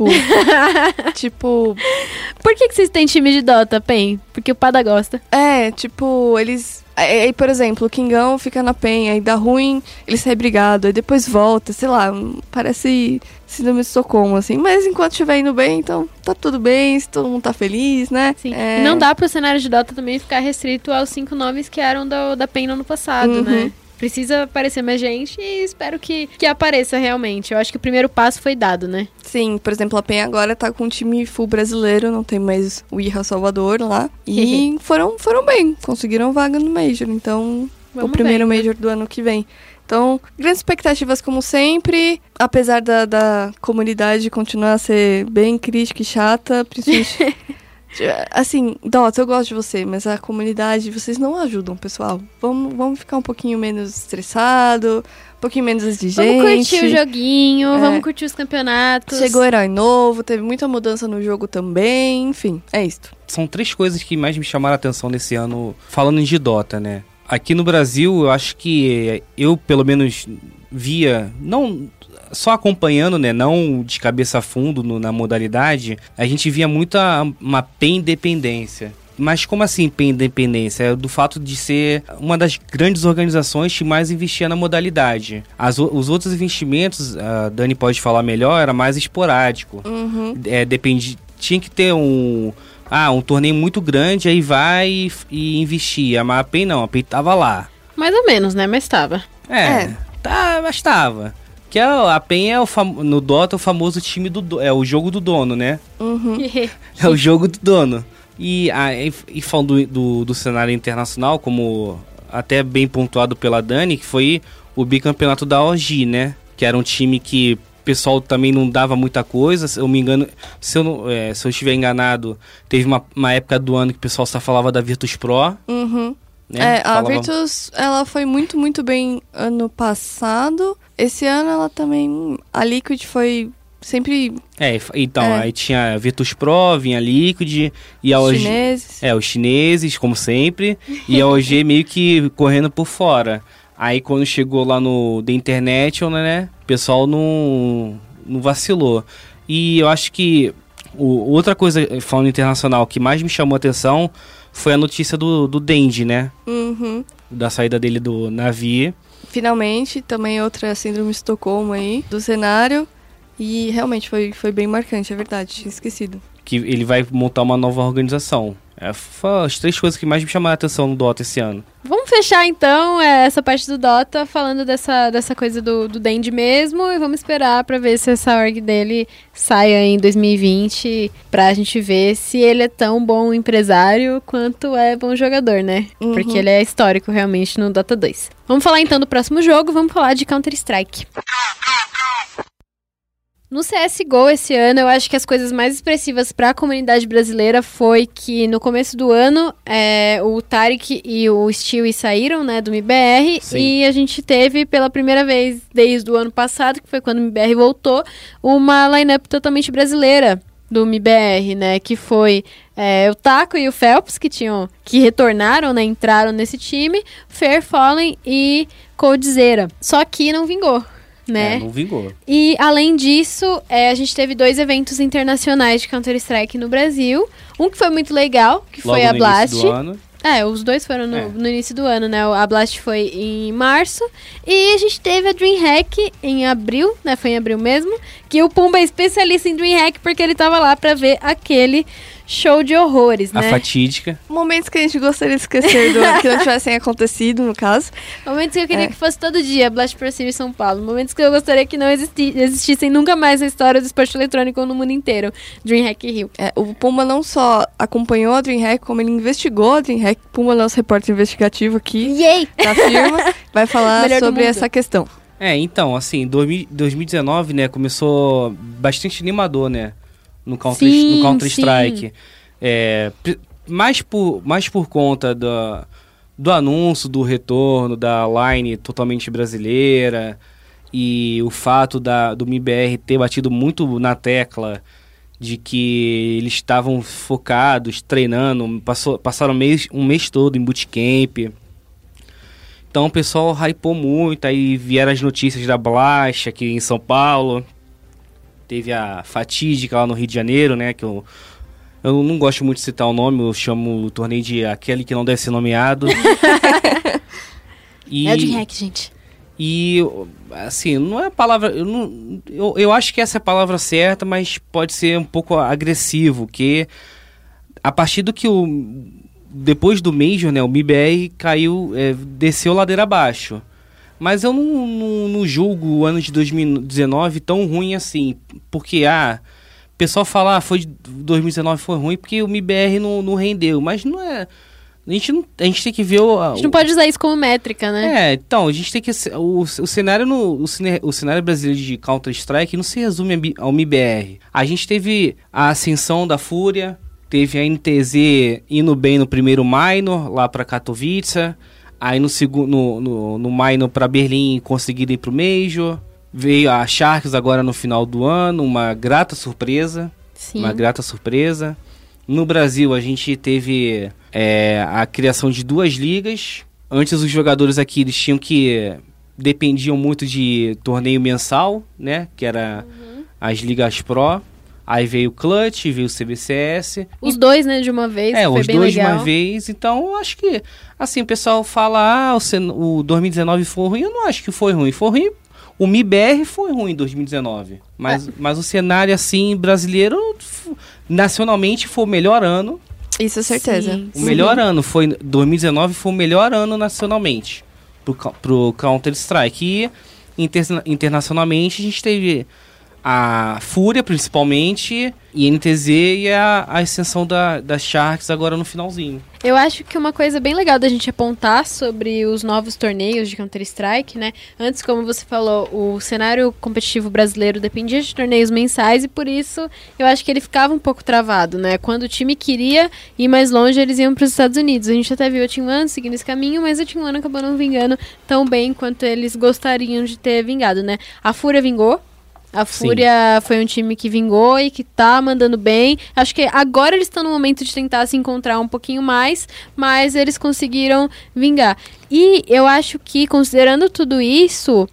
Por que vocês têm time de Dota, PEN? Porque o Pada gosta. Tipo, eles... Aí, por exemplo, o Kingão fica na PEN, aí dá ruim, ele sai brigado, aí depois volta, sei lá, parece síndrome de Estocolmo, assim. Mas enquanto estiver indo bem, então tá tudo bem, se todo mundo tá feliz, né? Sim. E não dá pro cenário de Dota também ficar restrito aos 5 nomes que eram da PEN no ano passado, né? Precisa aparecer mais gente e espero que apareça realmente. Eu acho que o primeiro passo foi dado, né? Sim, por exemplo, a PEN agora tá com um time full brasileiro, não tem mais o Iha Salvador lá. E foram bem, conseguiram vaga no Major, então o primeiro Major do ano que vem. Então, grandes expectativas como sempre, apesar da comunidade continuar a ser bem crítica e chata, principalmente Assim, Dota, eu gosto de você, mas a comunidade, vocês não ajudam, pessoal. Vamos ficar um pouquinho menos estressado, um pouquinho menos exigente. Vamos curtir o joguinho, vamos curtir os campeonatos. Chegou herói novo, teve muita mudança no jogo também, enfim, é isto. São 3 coisas que mais me chamaram a atenção nesse ano, falando de Dota, né? Aqui no Brasil, eu acho que eu, pelo menos, via, não só acompanhando, né, não de cabeça a fundo na modalidade, a gente via uma PEN-dependência. Mas como assim PEN-dependência? É do fato de ser uma das grandes organizações que mais investia na modalidade. Os outros investimentos, a Dani pode falar melhor, era mais esporádico. Tinha que ter um torneio muito grande, aí vai e investir. A PEN não, a PEN tava lá. Mais ou menos, né? Mas tava. Mas tava. Que a PEN no Dota o famoso time é o jogo do dono, né? É o jogo do dono. E falando do cenário internacional, como até bem pontuado pela Dani, que foi o bicampeonato da OG, né? Que era um time que o pessoal também não dava muita coisa. Se eu me engano, se eu estiver enganado, teve uma época do ano que o pessoal só falava da Virtus Pro. Né? A Virtus, ela foi muito, muito bem ano passado. Esse ano ela também... A Liquid foi sempre... Aí tinha a Virtus Pro, vinha a Liquid e a OG... chineses. Os chineses, como sempre. E a OG meio que correndo por fora. Aí quando chegou lá no The International, né? O pessoal não vacilou. E eu acho que outra coisa, falando internacional, que mais me chamou a atenção foi a notícia do Dendy, né? Da saída dele do Navi. Finalmente, também outra síndrome de Estocolmo aí, do cenário. E realmente foi bem marcante, é verdade, tinha esquecido. Que ele vai montar uma nova organização. Foram as 3 coisas que mais me chamaram a atenção no Dota esse ano. Vamos fechar então essa parte do Dota falando dessa coisa do Dendy mesmo, e vamos esperar pra ver se essa org dele saia em 2020, pra gente ver se ele é tão bom empresário quanto é bom jogador, né? Porque ele é histórico realmente no Dota 2. Vamos falar então do próximo jogo, vamos falar de Counter-Strike. No CSGO esse ano, eu acho que as coisas mais expressivas para a comunidade brasileira foi que no começo do ano o Tarek e o Stewie saíram, né, do MIBR. Sim. E a gente teve pela primeira vez desde o ano passado, que foi quando o MIBR voltou, uma lineup totalmente brasileira do MIBR, né, que foi o Taco e o Phelps, que retornaram, né, entraram nesse time, Fair Fallen e Coldzera. Só que não vingou. Né? Não vingou. E, além disso, a gente teve 2 eventos internacionais de Counter-Strike no Brasil. Um que foi muito legal, que foi a Blast. Início do ano. Os dois foram no início do ano, né? A Blast foi em março. E a gente teve a DreamHack em abril, né? Foi em abril mesmo. Que o Pumba é especialista em DreamHack porque ele tava lá pra ver aquele show de horrores, né? A fatídica. Momentos que a gente gostaria de esquecer que não tivessem acontecido, no caso. Momentos que eu queria que fosse todo dia, Blast Pro Series São Paulo. Momentos que eu gostaria que não existissem nunca mais na história do esporte eletrônico no mundo inteiro. DreamHack Rio. O Pumba não só acompanhou a DreamHack, como ele investigou a DreamHack. Pumba, nosso repórter investigativo aqui da firma, vai falar sobre essa questão. Então, assim, 2019, né, começou bastante animador, né? No Counter-Strike. Mais por conta do anúncio do retorno da line totalmente brasileira e o fato do MIBR ter batido muito na tecla de que eles estavam focados, treinando, passaram um mês todo em bootcamp. Então o pessoal hypou muito, aí vieram as notícias da Blast aqui em São Paulo. Teve a fatídica lá no Rio de Janeiro, né? Que eu não gosto muito de citar o nome, eu chamo o torneio de aquele que não deve ser nomeado. É o DreamHack, gente. E, assim, não é a palavra... Eu acho que essa é a palavra certa, mas pode ser um pouco agressivo, que a partir do que depois do Major, né? O MIBR caiu, desceu ladeira abaixo. Mas eu não julgo o ano de 2019 tão ruim assim, porque o pessoal fala, 2019 foi ruim porque o MIBR não rendeu, mas não é... A gente tem que ver a gente não pode usar isso como métrica, né? Então, a gente tem que... O cenário brasileiro de Counter-Strike não se resume ao MIBR. A gente teve a ascensão da Fúria, teve a NTZ indo bem no primeiro minor, lá para Katowice. Aí no minor para Berlim conseguiram ir pro Major. Veio a Sharks agora no final do ano, uma grata surpresa. Sim. Uma grata surpresa. No Brasil, a gente teve a criação de 2 ligas. Antes, os jogadores aqui eles dependiam muito de torneio mensal, né? Que era as ligas pro. Aí veio o Clutch, veio o CBCS. Os 2, né, de uma vez. Foi os bem 2 legal. de uma vez. Então, eu acho que, assim, o pessoal fala, o 2019 foi ruim. Eu não acho que foi ruim. Foi ruim. O MIBR foi ruim em 2019. Mas o cenário, assim, brasileiro, nacionalmente, foi o melhor ano. Isso é certeza. Sim, O melhor ano foi... 2019 foi o melhor ano nacionalmente pro Counter-Strike. E internacionalmente a gente teve a Fúria, principalmente, e NTZ e a ascensão da Sharks agora no finalzinho. Eu acho que uma coisa bem legal da gente apontar sobre os novos torneios de Counter-Strike, né? Antes, como você falou, o cenário competitivo brasileiro dependia de torneios mensais e por isso eu acho que ele ficava um pouco travado, né? Quando o time queria ir mais longe, eles iam para os Estados Unidos. A gente até viu a Team One seguindo esse caminho, mas a Team One acabou não vingando tão bem quanto eles gostariam de ter vingado, né? A Fúria vingou. A Fúria foi um time que vingou e que tá mandando bem. Acho que agora eles estão no momento de tentar se encontrar um pouquinho mais, mas eles conseguiram vingar. E eu acho que, considerando tudo isso,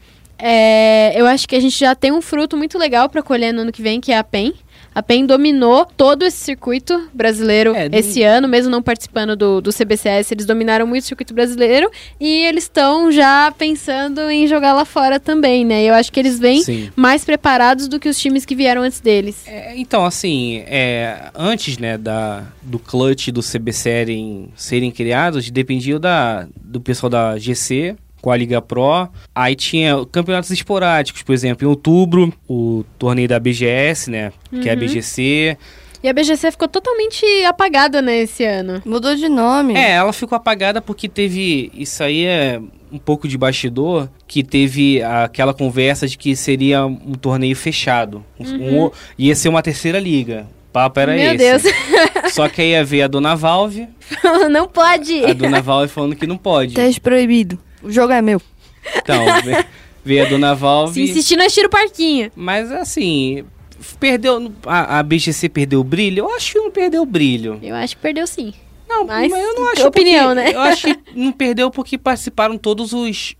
eu acho que a gente já tem um fruto muito legal para colher no ano que vem, que é a PEN. A PEN dominou todo esse circuito brasileiro esse ano, mesmo não participando do CBCS, eles dominaram muito o circuito brasileiro e eles estão já pensando em jogar lá fora também, né? Eu acho que eles vêm mais preparados do que os times que vieram antes deles. Então, assim, antes, né, do Clutch e do CBCS serem criados, dependia do pessoal da GC, com a Liga Pro. Aí tinha campeonatos esporádicos, por exemplo, em outubro, o torneio da BGS, né? Que é a BGC. E a BGC ficou totalmente apagada, né, esse ano. Mudou de nome. Ela ficou apagada porque teve... Isso aí é um pouco de bastidor, que teve aquela conversa de que seria um torneio fechado. Ia ser uma terceira liga. O papo era esse. Meu Deus. Só que aí ia ver a dona Valve. Não pode. A dona Valve falando que não pode. Teste proibido. O jogo é meu. Então, veio a dona Valve... Se insistir, nós tira o parquinho. Mas, assim, perdeu... A BGC perdeu o brilho? Eu acho que não perdeu o brilho. Eu acho que perdeu sim. Não, mas eu não acho opinião, né? Eu acho que não perdeu porque participaram todos os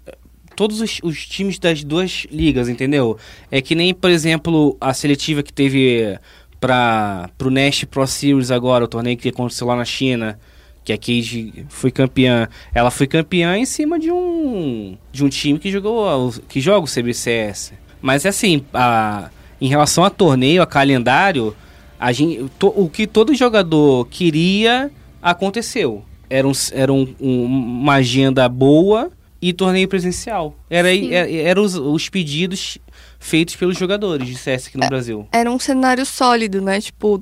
times das 2 ligas, entendeu? É que nem, por exemplo, a seletiva que teve pro Nest Pro Series agora, o torneio que aconteceu lá na China... que a Cage foi campeã. Ela foi campeã em cima de um time que joga o CBCS. Mas assim, em relação a torneio, a calendário, o que todo jogador queria aconteceu. Era uma agenda boa e torneio presencial. Eram os pedidos feitos pelos jogadores de CS aqui no Brasil. Era um cenário sólido, né? Tipo,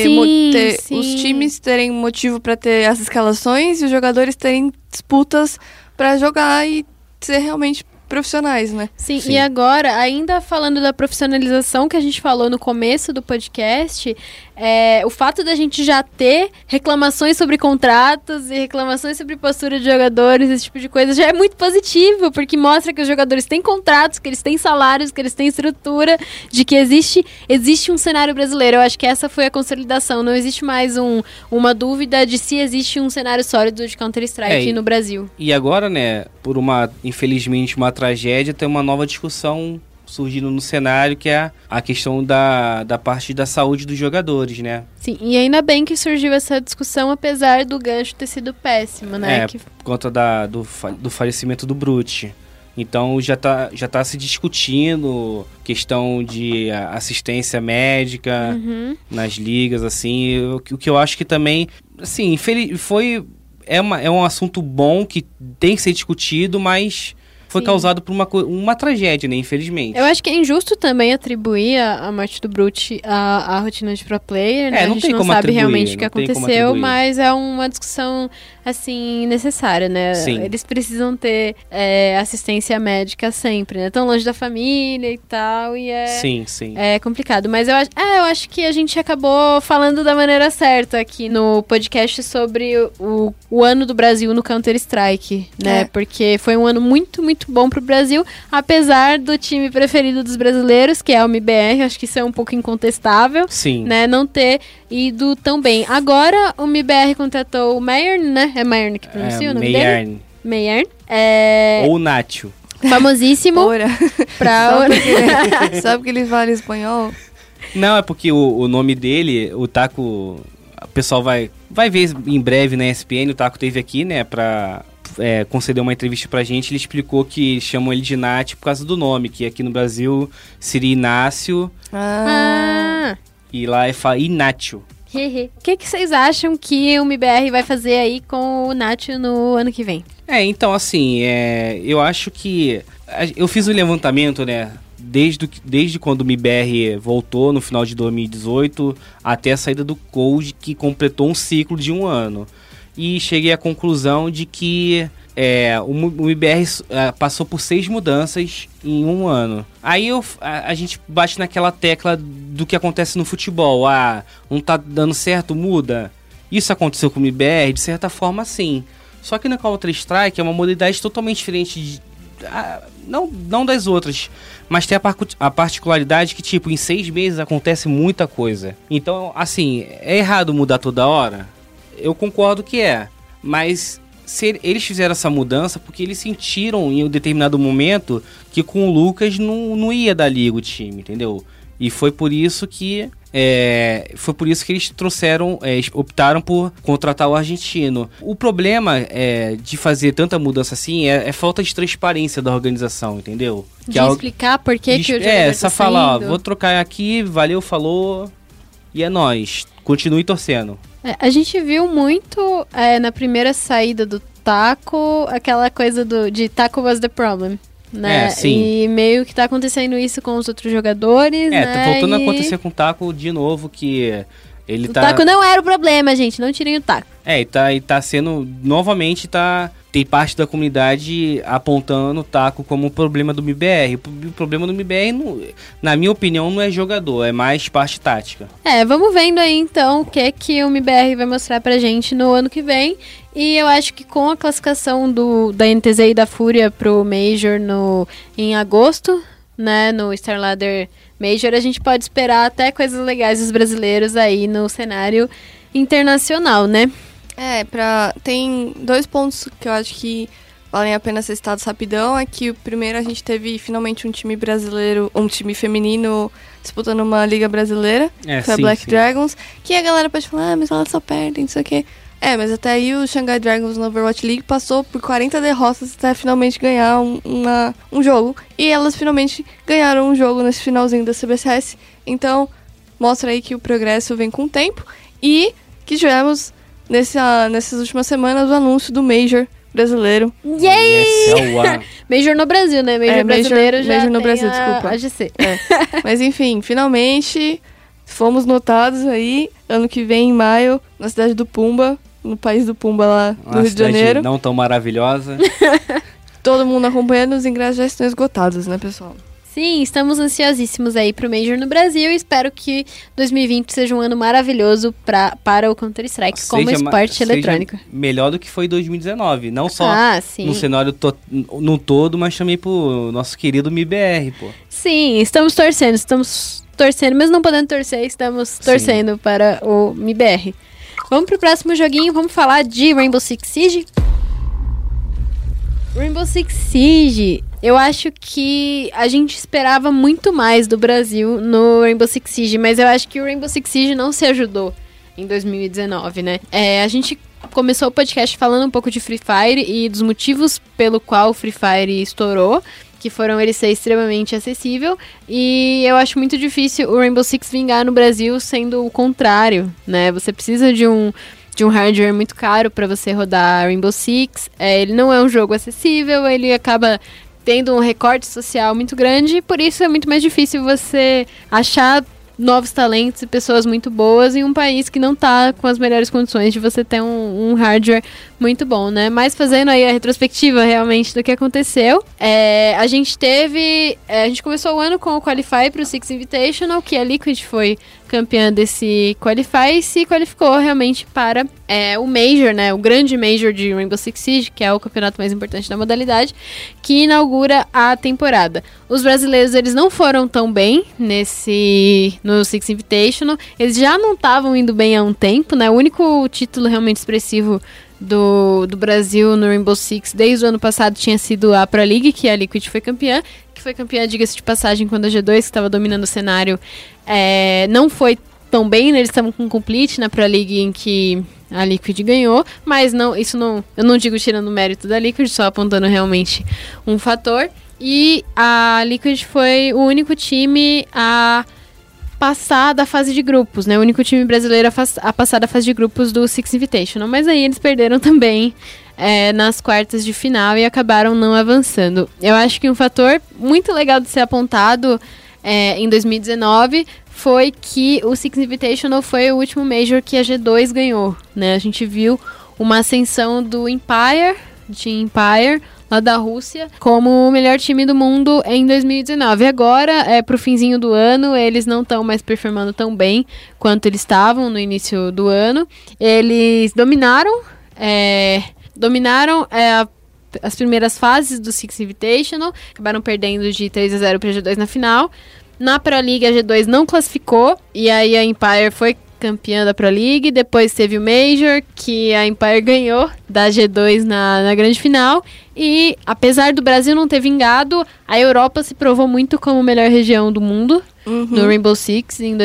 os times terem motivo pra ter as escalações e os jogadores terem disputas pra jogar e ser realmente profissionais, né? Sim, e agora, ainda falando da profissionalização que a gente falou no começo do podcast, o fato da gente já ter reclamações sobre contratos e reclamações sobre postura de jogadores, esse tipo de coisa, já é muito positivo, porque mostra que os jogadores têm contratos, que eles têm salários, que eles têm estrutura, de que existe um cenário brasileiro. Eu acho que essa foi a consolidação. Não existe mais uma dúvida de se existe um cenário sólido de Counter-Strike no Brasil. E agora, né, infelizmente, uma tragédia, tem uma nova discussão surgindo no cenário, que é a questão da parte da saúde dos jogadores, né? Sim, e ainda bem que surgiu essa discussão, apesar do gancho ter sido péssimo, né? Por conta do falecimento do Brute. Então já tá se discutindo questão de assistência médica nas ligas, assim. O que eu acho que também, assim, é um assunto bom que tem que ser discutido, mas foi causado por uma tragédia, né? Infelizmente. Eu acho que é injusto também atribuir a morte do Brute à rotina de pro player, né? Não a gente tem não como sabe atribuir, realmente o que não tem como aconteceu, atribuir. mas é uma discussão, assim, necessária, né? Sim. Eles precisam ter assistência médica sempre, né? Tão longe da família e tal, e Sim. é complicado. Mas eu acho que a gente acabou falando da maneira certa aqui no podcast sobre o ano do Brasil no Counter-Strike, né? Porque foi um ano muito, muito bom pro Brasil, apesar do time preferido dos brasileiros, que é o MBR, acho que isso é um pouco incontestável. Sim. Né? Não ter ido tão bem. Agora o MBR contratou o Mayern, né? É Mayern que pronuncia o nome dele? Mayern. Ou Nacho. Famosíssimo. Ora. Pra Sabe que ele fala espanhol? Não, é porque o nome dele, o Taco, o pessoal vai ver em breve na ESPN, o Taco teve aqui, né, pra conceder uma entrevista pra gente. Ele explicou que chamam ele de Nath por causa do nome, que aqui no Brasil seria Inácio e lá é Inácio. O que vocês acham que o MBR vai fazer aí com o Nacho no ano que vem? Então, assim, eu acho que... Eu fiz um levantamento, né, desde quando o MBR voltou no final de 2018 até a saída do Cold, que completou um ciclo de um ano. E cheguei à conclusão de que o MBR passou por 6 mudanças em um ano. Aí a gente bate naquela tecla do que acontece no futebol. Não tá dando certo, muda. Isso aconteceu com o MBR, de certa forma, sim. Só que no Counter-Strike é uma modalidade totalmente diferente não das outras, mas tem a particularidade que, tipo, em 6 meses acontece muita coisa. Então, assim, é errado mudar toda hora? Eu concordo que mas eles fizeram essa mudança porque eles sentiram em um determinado momento que com o Lucas não ia dar liga o time, entendeu? E foi por isso que eles optaram por contratar o argentino. O problema de fazer tanta mudança assim é falta de transparência da organização, entendeu? De explicar por que o jogador só tá falar, saindo. vou trocar aqui, valeu, falou, e é nóis. Continue torcendo. A gente viu muito na primeira saída do Taco, aquela coisa de Taco was the problem, né? Sim. E meio que tá acontecendo isso com os outros jogadores, né? Tá voltando a acontecer com o Taco de novo, que ele o Taco não era o problema, gente, não tirem o Taco. E tá sendo, novamente, tem parte da comunidade apontando o Taco como o problema do MBR. O problema do MBR, na minha opinião, não é jogador, é mais parte tática. Vamos vendo aí, então, o que o MBR vai mostrar pra gente no ano que vem. E eu acho que com a classificação da NTZ e da Fúria pro Major em agosto, né, no StarLadder Major, a gente pode esperar até coisas legais dos brasileiros aí no cenário internacional, né? Tem 2 pontos que eu acho que valem a pena ser citados rapidão. É que o primeiro, a gente teve finalmente um time brasileiro, um time feminino disputando uma liga brasileira, foi a Black Dragons, que a galera pode falar, mas elas só perdem, não sei o quê. Mas até aí o Shanghai Dragons no Overwatch League passou por 40 derrotas até finalmente ganhar um jogo. E elas finalmente ganharam um jogo nesse finalzinho da CBCS. Então, mostra aí que o progresso vem com o tempo. E que tivemos, nessas últimas semanas, o anúncio do Major brasileiro. Yay! Major no Brasil, né? Major brasileiro já Major no tem Brasil, desculpa. AGC. Mas enfim, finalmente fomos notados aí, ano que vem, em maio, na cidade do Pumba, no país do Pumba lá do Rio de Janeiro. Não tão maravilhosa. Todo mundo acompanhando, os ingressos já estão esgotados, né, pessoal? Sim, estamos ansiosíssimos aí pro Major no Brasil e espero que 2020 seja um ano maravilhoso para o Counter-Strike como esporte eletrônico. Melhor do que foi 2019, não só no cenário no todo, mas também pro nosso querido MBR, pô. Sim, estamos torcendo, mas não podendo torcer, estamos torcendo para o MBR. Vamos pro próximo joguinho, vamos falar de Rainbow Six Siege. Rainbow Six Siege, eu acho que a gente esperava muito mais do Brasil no Rainbow Six Siege, mas eu acho que o Rainbow Six Siege não se ajudou em 2019, né? A gente começou o podcast falando um pouco de Free Fire e dos motivos pelo qual o Free Fire estourou, que foram ele ser extremamente acessível, e eu acho muito difícil o Rainbow Six vingar no Brasil sendo o contrário, né? Você precisa de um hardware muito caro para você rodar Rainbow Six, ele não é um jogo acessível, ele acaba tendo um recorte social muito grande, por isso é muito mais difícil você achar novos talentos e pessoas muito boas em um país que não tá com as melhores condições de você ter um hardware muito bom, né? Mas fazendo aí a retrospectiva realmente do que aconteceu, a gente começou o ano com o Qualify pro Six Invitational, que a Liquid foi campeã desse Qualify e se qualificou realmente para o Major, né? O grande Major de Rainbow Six Siege, que é o campeonato mais importante da modalidade, que inaugura a temporada. Os brasileiros, eles não foram tão bem no Six Invitational. Eles já não estavam indo bem há um tempo, né? O único título realmente expressivo do Brasil no Rainbow Six desde o ano passado tinha sido a Pro League, que a Liquid foi campeã, diga-se de passagem, quando a G2, que estava dominando o cenário, não foi tão bem, né? Eles estavam com complete na Pro League em que a Liquid ganhou, mas eu não digo tirando o mérito da Liquid, só apontando realmente um fator. E a Liquid foi o único time a passar da fase de grupos, né? O único time brasileiro a passar da fase de grupos do Six Invitational. Mas aí eles perderam também nas quartas de final e acabaram não avançando. Eu acho que um fator muito legal de ser apontado em 2019 foi que o Six Invitational foi o último Major que a G2 ganhou, né? A gente viu uma ascensão do Team Empire, lá da Rússia, como o melhor time do mundo em 2019. Agora, pro finzinho do ano, eles não estão mais performando tão bem quanto eles estavam no início do ano. Eles dominaram as primeiras fases do Six Invitational, acabaram perdendo de 3-0 para a G2 na final. Na Pro League, a G2 não classificou, e aí a Empire foi campeã da Pro League. Depois teve o Major, que a Empire ganhou da G2 na grande final. E apesar do Brasil não ter vingado, a Europa se provou muito como a melhor região do mundo no Rainbow Six em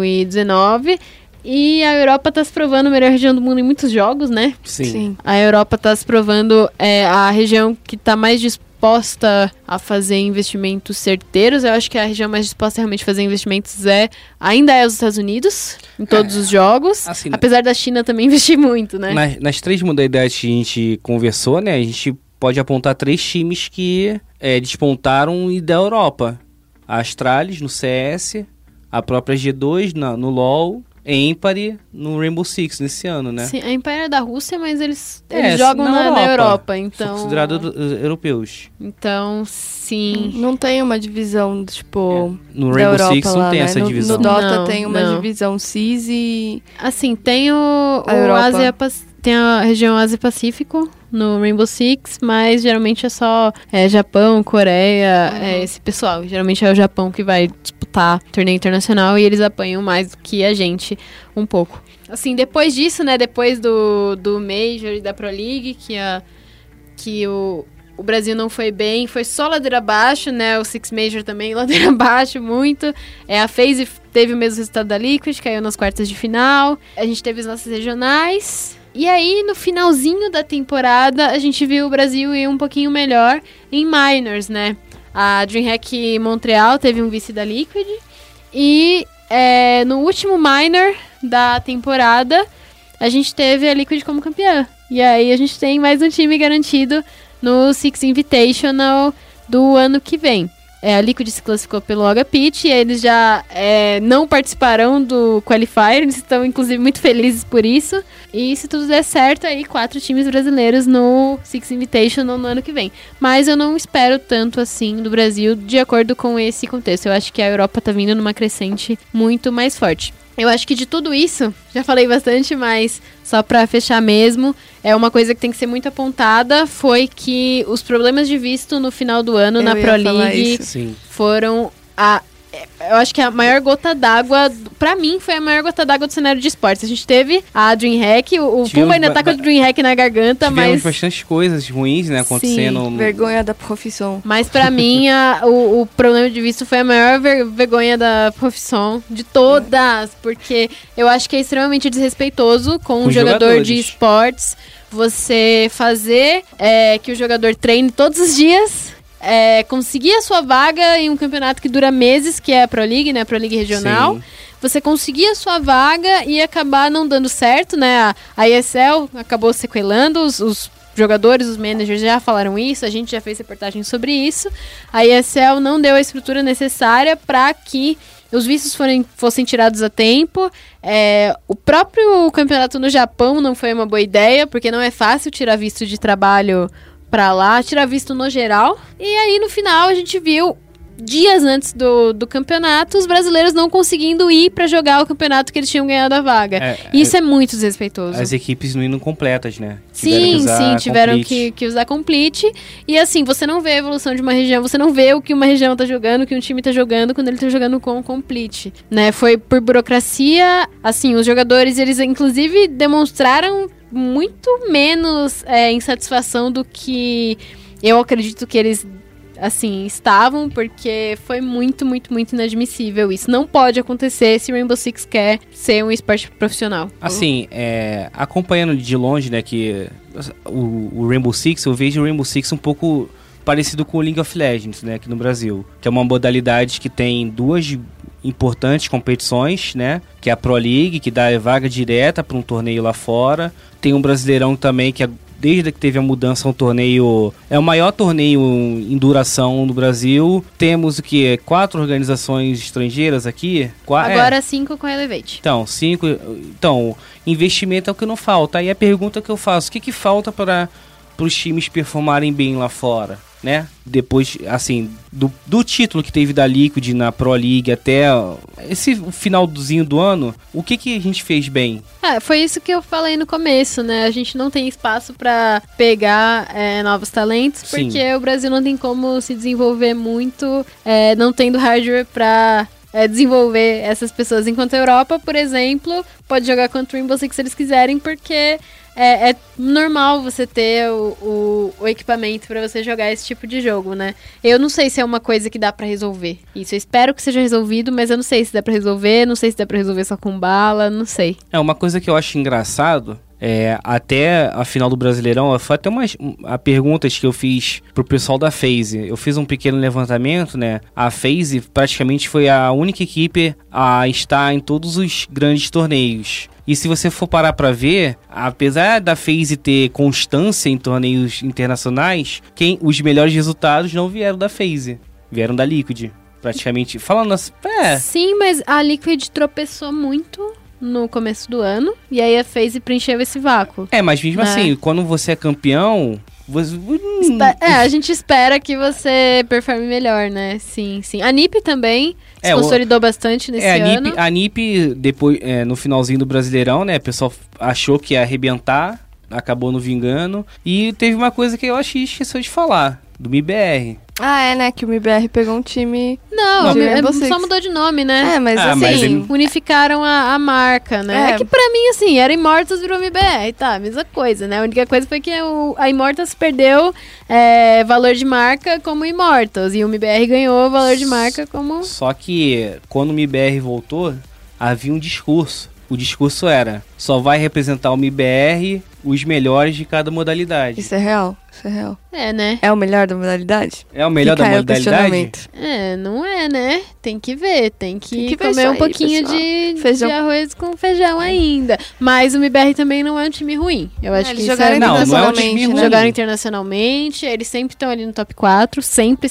2019. E a Europa tá se provando a melhor região do mundo em muitos jogos, né? Sim. A Europa tá se provando a região que tá mais disposta a fazer investimentos certeiros. Eu acho que a região mais disposta a realmente fazer investimentos ainda é os Estados Unidos, em todos os jogos. Assim, apesar da China também investir muito, né? Nas 3 modalidades que a gente conversou, né? A gente pode apontar 3 times que despontaram e da Europa. A Astralis no CS, a própria G2 no LoL, Empire no Rainbow Six nesse ano, né? Sim, a Empire é da Rússia, mas eles jogam na Europa, então... São considerados europeus. Então, sim... Não tem uma divisão, tipo, no da Rainbow Europa Six lá, não tem né? essa divisão. No Dota tem uma divisão CIS e... Assim, tem o Europa. Tem a região Ásia-Pacífico no Rainbow Six, mas geralmente é só Japão, Coreia, esse pessoal. Geralmente é o Japão que vai disputar torneio internacional e eles apanham mais do que a gente um pouco. Assim, depois disso, né, depois do Major e da Pro League, que o Brasil não foi bem, foi só ladeira abaixo, né, o Six Major também ladeira abaixo muito. A FaZe teve o mesmo resultado da Liquid, caiu nas quartas de final. A gente teve as nossas regionais. E aí, no finalzinho da temporada, a gente viu o Brasil ir um pouquinho melhor em Minors, né? A DreamHack Montreal teve um vice da Liquid. E no último Minor da temporada, a gente teve a Liquid como campeã. E aí, a gente tem mais um time garantido no Six Invitational do ano que vem. A Liquid se classificou pelo Agapit e eles já não participarão do Qualifier, eles estão inclusive muito felizes por isso. E se tudo der certo, aí 4 times brasileiros no Six Invitational no ano que vem. Mas eu não espero tanto assim do Brasil de acordo com esse contexto. Eu acho que a Europa tá vindo numa crescente muito mais forte. Eu acho que de tudo isso, já falei bastante, mas só pra fechar mesmo, uma coisa que tem que ser muito apontada foi que os problemas de visto no final do ano na Pro League foram eu acho que a maior gota d'água, pra mim, foi a maior gota d'água do cenário de esportes. A gente teve a DreamHack, o Pumba ainda tá com a DreamHack na garganta, tivemos bastante coisas ruins, né, acontecendo. Sim, vergonha da profissão. Mas pra mim, o problema de visto foi a maior vergonha da profissão de todas, porque eu acho que é extremamente desrespeitoso com um jogador de esportes você fazer que o jogador treine todos os dias, conseguir a sua vaga em um campeonato que dura meses, que é a Pro League, né? A Pro League regional. Sim. Você conseguir a sua vaga e acabar não dando certo, né? A ESL acabou sequelando, os jogadores, os managers já falaram isso, a gente já fez reportagem sobre isso. A ESL não deu a estrutura necessária para que os vistos fossem tirados a tempo. O próprio campeonato no Japão não foi uma boa ideia, porque não é fácil tirar visto de trabalho pra lá, tirar visto no geral. E aí, no final, a gente viu, dias antes do campeonato, os brasileiros não conseguindo ir pra jogar o campeonato que eles tinham ganhado a vaga. E isso é muito desrespeitoso. As equipes não indo completas, né? Tiveram que usar complete. E assim, você não vê a evolução de uma região, você não vê o que uma região tá jogando, o que um time tá jogando quando ele tá jogando com complete, né? Foi por burocracia. Assim, os jogadores, eles inclusive demonstraram muito menos insatisfação do que eu acredito que eles, assim, estavam, porque foi muito, muito, muito inadmissível isso. Não pode acontecer se o Rainbow Six quer ser um esporte profissional. Assim, acompanhando de longe, né, que o Rainbow Six, eu vejo o Rainbow Six um pouco parecido com o League of Legends, né, aqui no Brasil, que é uma modalidade que tem duas importantes competições, né, que é a Pro League, que dá vaga direta para um torneio lá fora. Tem um Brasileirão também, que desde que teve a mudança, um torneio, é o maior torneio em duração no Brasil. Temos o que? 4 organizações estrangeiras aqui? Agora 5 com a Elevate. Então, 5. Então, investimento é o que não falta. Aí a pergunta que eu faço, o que falta para os times performarem bem lá fora, né? Depois, assim, do título que teve da Liquid na Pro League até esse finalzinho do ano, o que a gente fez bem? Foi isso que eu falei no começo, né? A gente não tem espaço pra pegar novos talentos, Sim. porque o Brasil não tem como se desenvolver muito, não tendo hardware pra desenvolver essas pessoas. Enquanto a Europa, por exemplo, pode jogar contra o Rainbow Six se eles quiserem, porque é normal você ter o equipamento pra você jogar esse tipo de jogo, né? Eu não sei se é uma coisa que dá pra resolver. Isso, eu espero que seja resolvido, mas eu não sei se dá pra resolver, não sei se dá pra resolver só com bala, não sei. Uma coisa que eu acho engraçado, até a final do Brasileirão, foi até a perguntas que eu fiz pro pessoal da FaZe. Eu fiz um pequeno levantamento, né? A FaZe praticamente foi a única equipe a estar em todos os grandes torneios. E se você for parar pra ver, apesar da FaZe ter constância em torneios internacionais, os melhores resultados não vieram da FaZe, vieram da Liquid, praticamente. Falando assim, Sim, mas a Liquid tropeçou muito no começo do ano, e aí a FaZe preencheu esse vácuo. Mas mesmo assim, quando você é campeão... a gente espera que você performe melhor, né? Sim. A NiP também se consolidou bastante nesse ano. A NiP, depois, no finalzinho do Brasileirão, né? O pessoal achou que ia arrebentar, acabou não vingando. E teve uma coisa que eu acho que esqueceu de falar, do MIBR. Né? Que o MIBR pegou um time... Não, só mudou de nome, né? Mas unificaram a marca, né? É que pra mim, assim, era Immortals virou MIBR, tá? Mesma coisa, né? A única coisa foi que a Immortals perdeu valor de marca como Immortals, e o MIBR ganhou valor de marca como... Só que, quando o MIBR voltou, havia um discurso. O discurso era, só vai representar o MIBR os melhores de cada modalidade. Isso é real? Né? É o melhor da modalidade? É o melhor da modalidade? Não é, né? Tem que ver, tem que comer um pouquinho de arroz com feijão ainda. Mas o MIBR também não é um time ruim. Eu acho que isso não é um time ruim. Jogaram internacionalmente, eles sempre estão ali no top 4, sempre.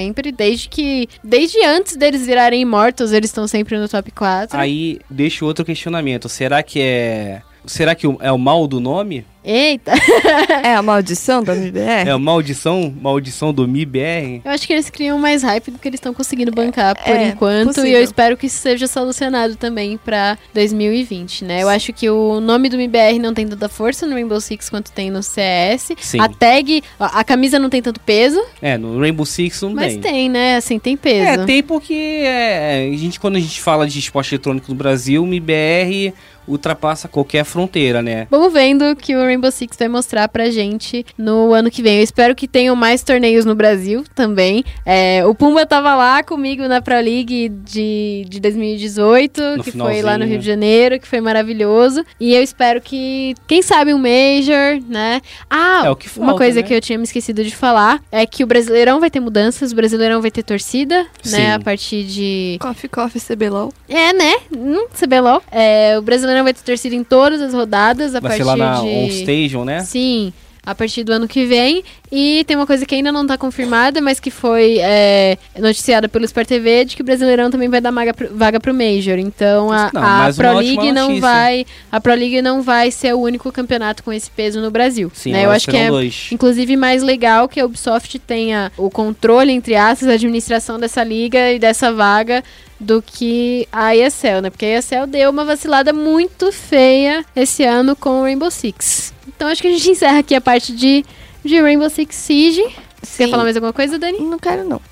Desde antes deles virarem Immortals, eles estão sempre no top 4. Aí, deixa outro questionamento. Será que é o mal do nome? Eita! É a maldição da MIBR? É a maldição do MIBR? Eu acho que eles criam mais hype do que eles estão conseguindo bancar por enquanto. Possível. E eu espero que isso seja solucionado também pra 2020, né? Eu acho que o nome do MIBR não tem tanta força no Rainbow Six quanto tem no CS. Sim. A tag, a camisa não tem tanto peso. No Rainbow Six não tem. Mas tem, né? Assim, tem peso. Tem porque quando a gente fala de esporte eletrônico no Brasil, o MIBR ultrapassa qualquer fronteira, né? Vamos vendo que o Rainbow Six vai mostrar pra gente no ano que vem. Eu espero que tenham mais torneios no Brasil também. O Pumba tava lá comigo na Pro League de 2018, que foi lá no Rio de Janeiro, que foi maravilhoso. E eu espero que, quem sabe, um Major, né? O que falta, uma coisa, né, que eu tinha me esquecido de falar é que o Brasileirão vai ter mudanças, o Brasileirão vai ter torcida, né? A partir de... Coffee, CBLOL. Né? CBLOL. O Brasileirão vai ter torcida em todas as rodadas, vai ser lá na On Station, né? Sim. a partir do ano que vem. E tem uma coisa que ainda não tá confirmada, mas que foi noticiada pelo Sport TV, de que o Brasileirão também vai dar vaga pro Major. Então a Pro League não vai ser o único campeonato com esse peso no Brasil. Sim, né? Eu acho que é, inclusive, mais legal que a Ubisoft tenha o controle, entre aspas, a administração dessa liga e dessa vaga, do que a ESL, né? Porque a ESL deu uma vacilada muito feia esse ano com o Rainbow Six. Então acho que a gente encerra aqui a parte de Rainbow Six Siege. Você quer falar mais alguma coisa, Dani? Não quero, não.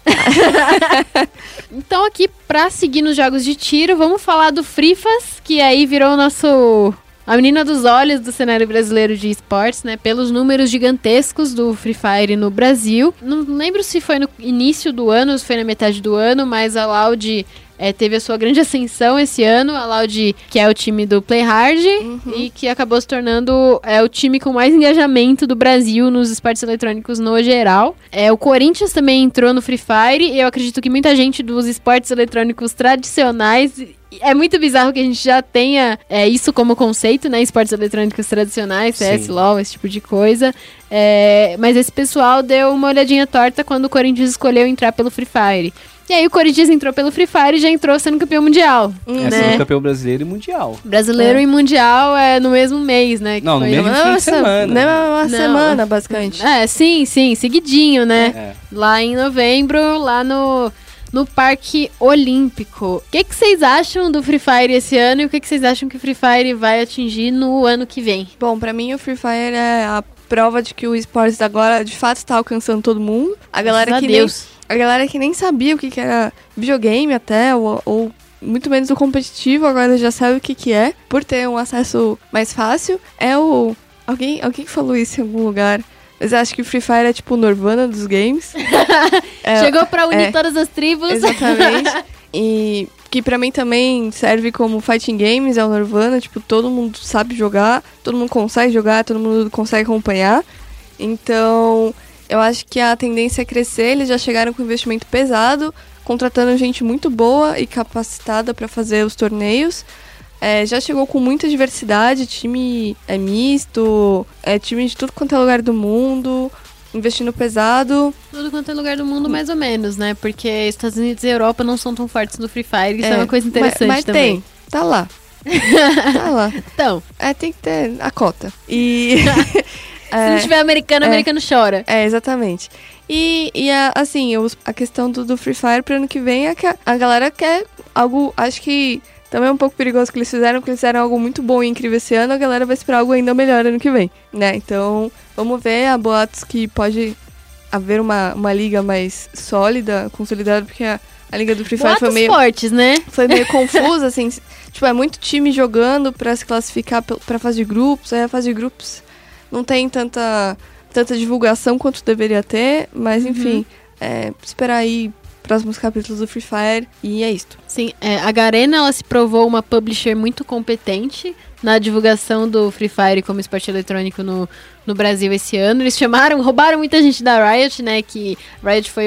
Então aqui, pra seguir nos jogos de tiro, vamos falar do Frifas, que aí virou a menina dos olhos do cenário brasileiro de esportes, né? Pelos números gigantescos do Free Fire no Brasil. Não lembro se foi no início do ano, se foi na metade do ano, mas a Loud teve a sua grande ascensão esse ano. A Loud, que é o time do Play Hard, e que acabou se tornando o time com mais engajamento do Brasil nos esportes eletrônicos no geral. O Corinthians também entrou no Free Fire, e eu acredito que muita gente dos esportes eletrônicos tradicionais... É muito bizarro que a gente já tenha isso como conceito, né? Esportes eletrônicos tradicionais, CS, LoL, esse tipo de coisa. Mas esse pessoal deu uma olhadinha torta quando o Corinthians escolheu entrar pelo Free Fire. E aí o Corinthians entrou pelo Free Fire e já entrou sendo campeão mundial. Né? Sendo campeão brasileiro e mundial. Brasileiro e mundial no mesmo mês, né? Não, no mesmo fim de semana. Na semana, basicamente. Sim, seguidinho, né? Lá em novembro, lá no Parque Olímpico. O que vocês acham do Free Fire esse ano e o que vocês acham que o Free Fire vai atingir no ano que vem? Bom, pra mim o Free Fire é a prova de que o esportes agora de fato está alcançando todo mundo. A galera que nem sabia o que era videogame até, ou muito menos o competitivo, agora já sabe o que é, por ter um acesso mais fácil. Alguém que falou isso em algum lugar? Mas eu acho que o Free Fire é tipo o Nirvana dos games. Chegou pra unir todas as tribos. Exatamente. E que pra mim também serve como fighting games, é o Nirvana. Tipo, todo mundo sabe jogar, todo mundo consegue jogar, todo mundo consegue acompanhar. Então, eu acho que a tendência é crescer. Eles já chegaram com investimento pesado, contratando gente muito boa e capacitada pra fazer os torneios. Já chegou com muita diversidade, time misto, time de tudo quanto é lugar do mundo, investindo pesado. Tudo quanto é lugar do mundo, mais ou menos, né? Porque Estados Unidos e Europa não são tão fortes no Free Fire, isso é uma coisa interessante mas também. Tem, tá lá. Tá lá. Então. Tem que ter a cota. E... Se não tiver americano, americano chora. Exatamente. E assim, a questão do Free Fire pro ano que vem é que a galera quer algo, acho que... Também é um pouco perigoso que eles fizeram, porque eles fizeram algo muito bom e incrível esse ano, a galera vai esperar algo ainda melhor ano que vem, né? Então, vamos ver, há boatos que pode haver uma liga mais sólida, consolidada, porque a liga do Free Fire foi meio... fortes, né? Foi meio confusa, assim, tipo, é muito time jogando pra se classificar pra fase de grupos, aí a fase de grupos não tem tanta divulgação quanto deveria ter, mas enfim, esperar aí próximos capítulos do Free Fire, e é isto. Sim, a Garena, ela se provou uma publisher muito competente na divulgação do Free Fire como esporte eletrônico no Brasil esse ano. Eles roubaram muita gente da Riot, né, que Riot foi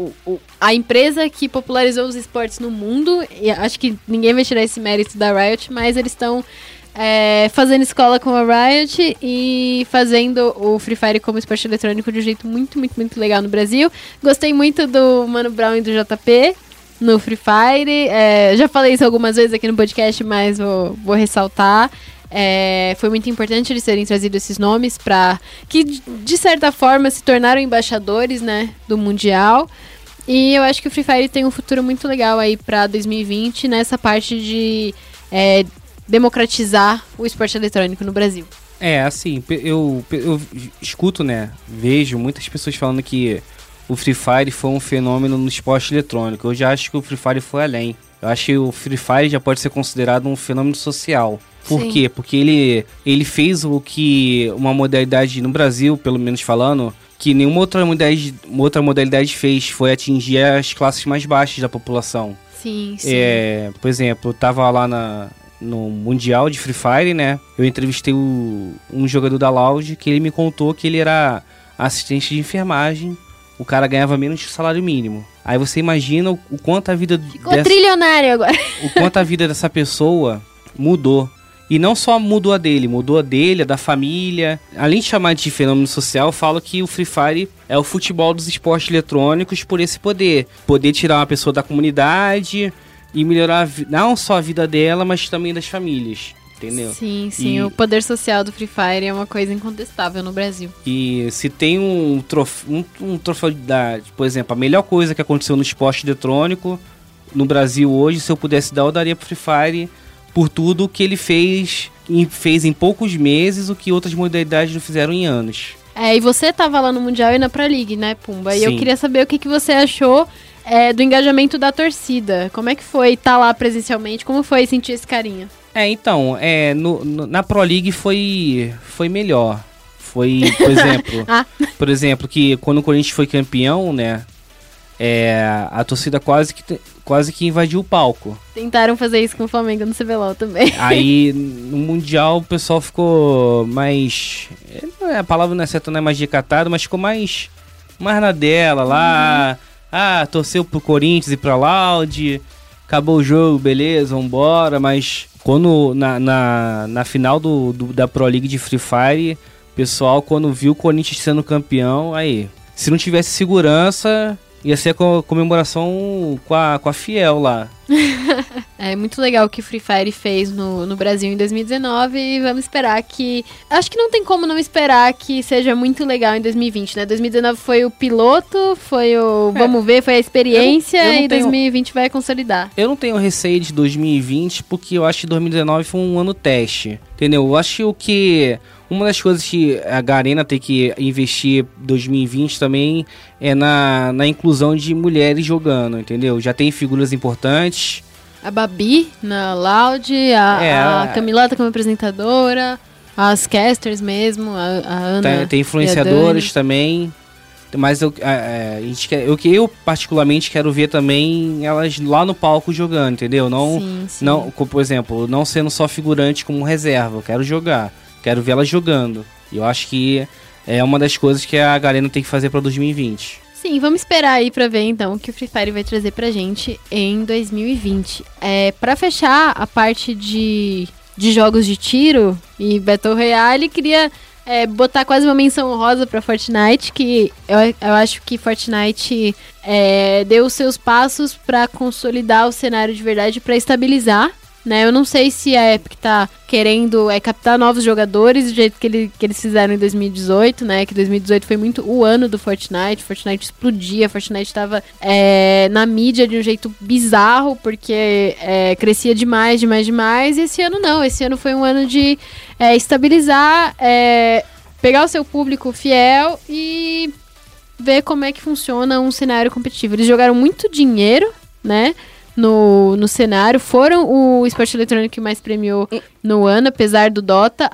a empresa que popularizou os esportes no mundo, e acho que ninguém vai tirar esse mérito da Riot, mas eles estão fazendo escola com a Riot e fazendo o Free Fire como esporte eletrônico de um jeito muito, muito, muito legal no Brasil. Gostei muito do Mano Brown e do JP no Free Fire. Já falei isso algumas vezes aqui no podcast, mas vou ressaltar. Foi muito importante eles terem trazido esses nomes que, de certa forma, se tornaram embaixadores, né, do Mundial. E eu acho que o Free Fire tem um futuro muito legal aí pra 2020 nessa parte de... democratizar o esporte eletrônico no Brasil. Assim, eu escuto, né, vejo muitas pessoas falando que o Free Fire foi um fenômeno no esporte eletrônico. Eu já acho que o Free Fire foi além. Eu acho que o Free Fire já pode ser considerado um fenômeno social. Por quê? Porque ele fez o que uma modalidade no Brasil, pelo menos falando, que nenhuma outra modalidade fez, foi atingir as classes mais baixas da população. Sim. Por exemplo, eu tava lá no Mundial de Free Fire, né? Eu entrevistei um jogador da Loud que ele me contou que ele era assistente de enfermagem. O cara ganhava menos que o salário mínimo. Aí você imagina o quanto a vida... Ficou trilionário agora. O quanto a vida dessa pessoa mudou. E não só mudou a dele, a da família. Além de chamar de fenômeno social, eu falo que o Free Fire é o futebol dos esportes eletrônicos por esse poder. Poder tirar uma pessoa da comunidade e melhorar não só a vida dela, mas também das famílias. Entendeu? Sim, sim. O poder social do Free Fire é uma coisa incontestável no Brasil. E se tem um troféu por exemplo, a melhor coisa que aconteceu no esporte eletrônico no Brasil hoje, se eu pudesse dar, eu daria pro Free Fire por tudo que ele fez em poucos meses, o que outras modalidades não fizeram em anos. E você tava lá no Mundial e na Pro League, né, Pumba? Sim. E eu queria saber o que você achou do engajamento da torcida. Como é que foi estar lá presencialmente? Como foi sentir esse carinho? Então, na Pro League foi melhor. Foi, por exemplo, que quando o Corinthians foi campeão, né, a torcida quase que invadiu o palco. Tentaram fazer isso com o Flamengo no CBLOL também. Aí, no Mundial, o pessoal ficou mais... A palavra não é certa, não é mais decatado, mas ficou mais na dela lá. Torceu pro Corinthians e pra Loud. Acabou o jogo, beleza, vambora, mas... Quando na final da Pro League de Free Fire, o pessoal, quando viu o Corinthians sendo campeão, aí, se não tivesse segurança, ia ser a comemoração com a Fiel lá. É muito legal o que o Free Fire fez no Brasil em 2019 e vamos esperar que... Acho que não tem como não esperar que seja muito legal em 2020, né? 2019 foi o piloto, foi o vamos ver, foi a experiência eu não 2020 vai consolidar. Eu não tenho receio de 2020 porque eu acho que 2019 foi um ano teste, entendeu? Eu acho que uma das coisas que a Garena tem que investir em 2020 também é na inclusão de mulheres jogando, entendeu? Já tem figuras importantes. A Babi na Loud, a Camilota como apresentadora, as casters mesmo, a Ana. Tem influenciadoras também. Mas eu particularmente quero ver também elas lá no palco jogando, entendeu? Sim. Não, por exemplo, não sendo só figurante como reserva. Eu quero jogar. Quero ver elas jogando. E eu acho que é uma das coisas que a Garena tem que fazer para 2020. Sim, vamos esperar aí pra ver então o que o Free Fire vai trazer pra gente em 2020. Pra fechar a parte de jogos de tiro e Battle Royale, queria botar quase uma menção honrosa pra Fortnite, que eu acho que Fortnite deu os seus passos pra consolidar o cenário de verdade, pra estabilizar. Né? Eu não sei se a Epic tá querendo captar novos jogadores do jeito que eles fizeram em 2018, né? Que 2018 foi muito o ano do Fortnite. Fortnite explodia, Fortnite tava na mídia de um jeito bizarro, porque crescia demais. E esse ano não, esse ano foi um ano de estabilizar, pegar o seu público fiel e ver como é que funciona um cenário competitivo. Eles jogaram muito dinheiro, né? No cenário, foram o esporte eletrônico que mais premiou no ano, apesar do Dota.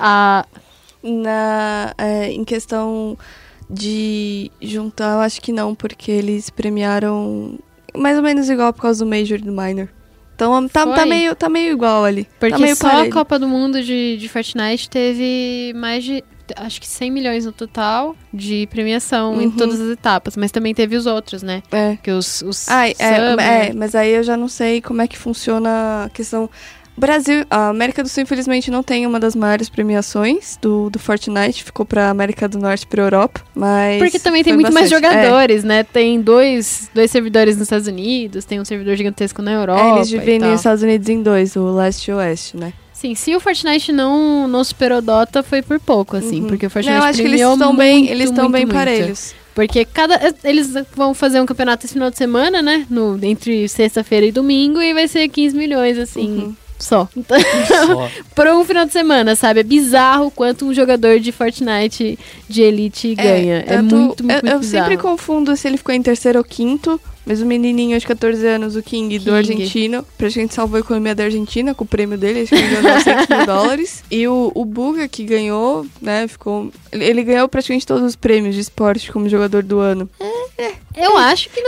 Em questão de juntar, eu acho que não, porque eles premiaram mais ou menos igual por causa do Major e do Minor. Então tá meio igual ali. Porque tá meio só parelho. a Copa do Mundo de Fortnite teve mais de, acho que 100 milhões no total de premiação em todas as etapas. Mas também teve os outros, né? Que os mas aí eu já não sei como é que funciona a questão... Brasil, a América do Sul, infelizmente, não tem uma das maiores premiações do Fortnite. Ficou pra América do Norte e pra Europa, mas... Porque também tem muito mais jogadores, né? Tem dois servidores nos Estados Unidos, tem um servidor gigantesco na Europa. Eles dividem os Estados Unidos em dois, o leste e o oeste, né? Sim, se o Fortnite não superou Dota, foi por pouco, assim. Porque o Fortnite eu acho que eles estão bem parelhos. Porque eles vão fazer um campeonato esse final de semana, né? Entre sexta-feira e domingo, e vai ser 15 milhões, assim... Só. Então, por um final de semana, sabe? É bizarro quanto um jogador de Fortnite de Elite ganha. É muito bizarro. Eu sempre confundo se ele ficou em terceiro ou quinto, mas o menininho de 14 anos, o King. Do argentino, praticamente salvou a economia da Argentina com o prêmio dele, acho que ele ganhou $900 mil. E o Buga, que ganhou, né, ele ganhou praticamente todos os prêmios de esporte como jogador do ano. Eu acho que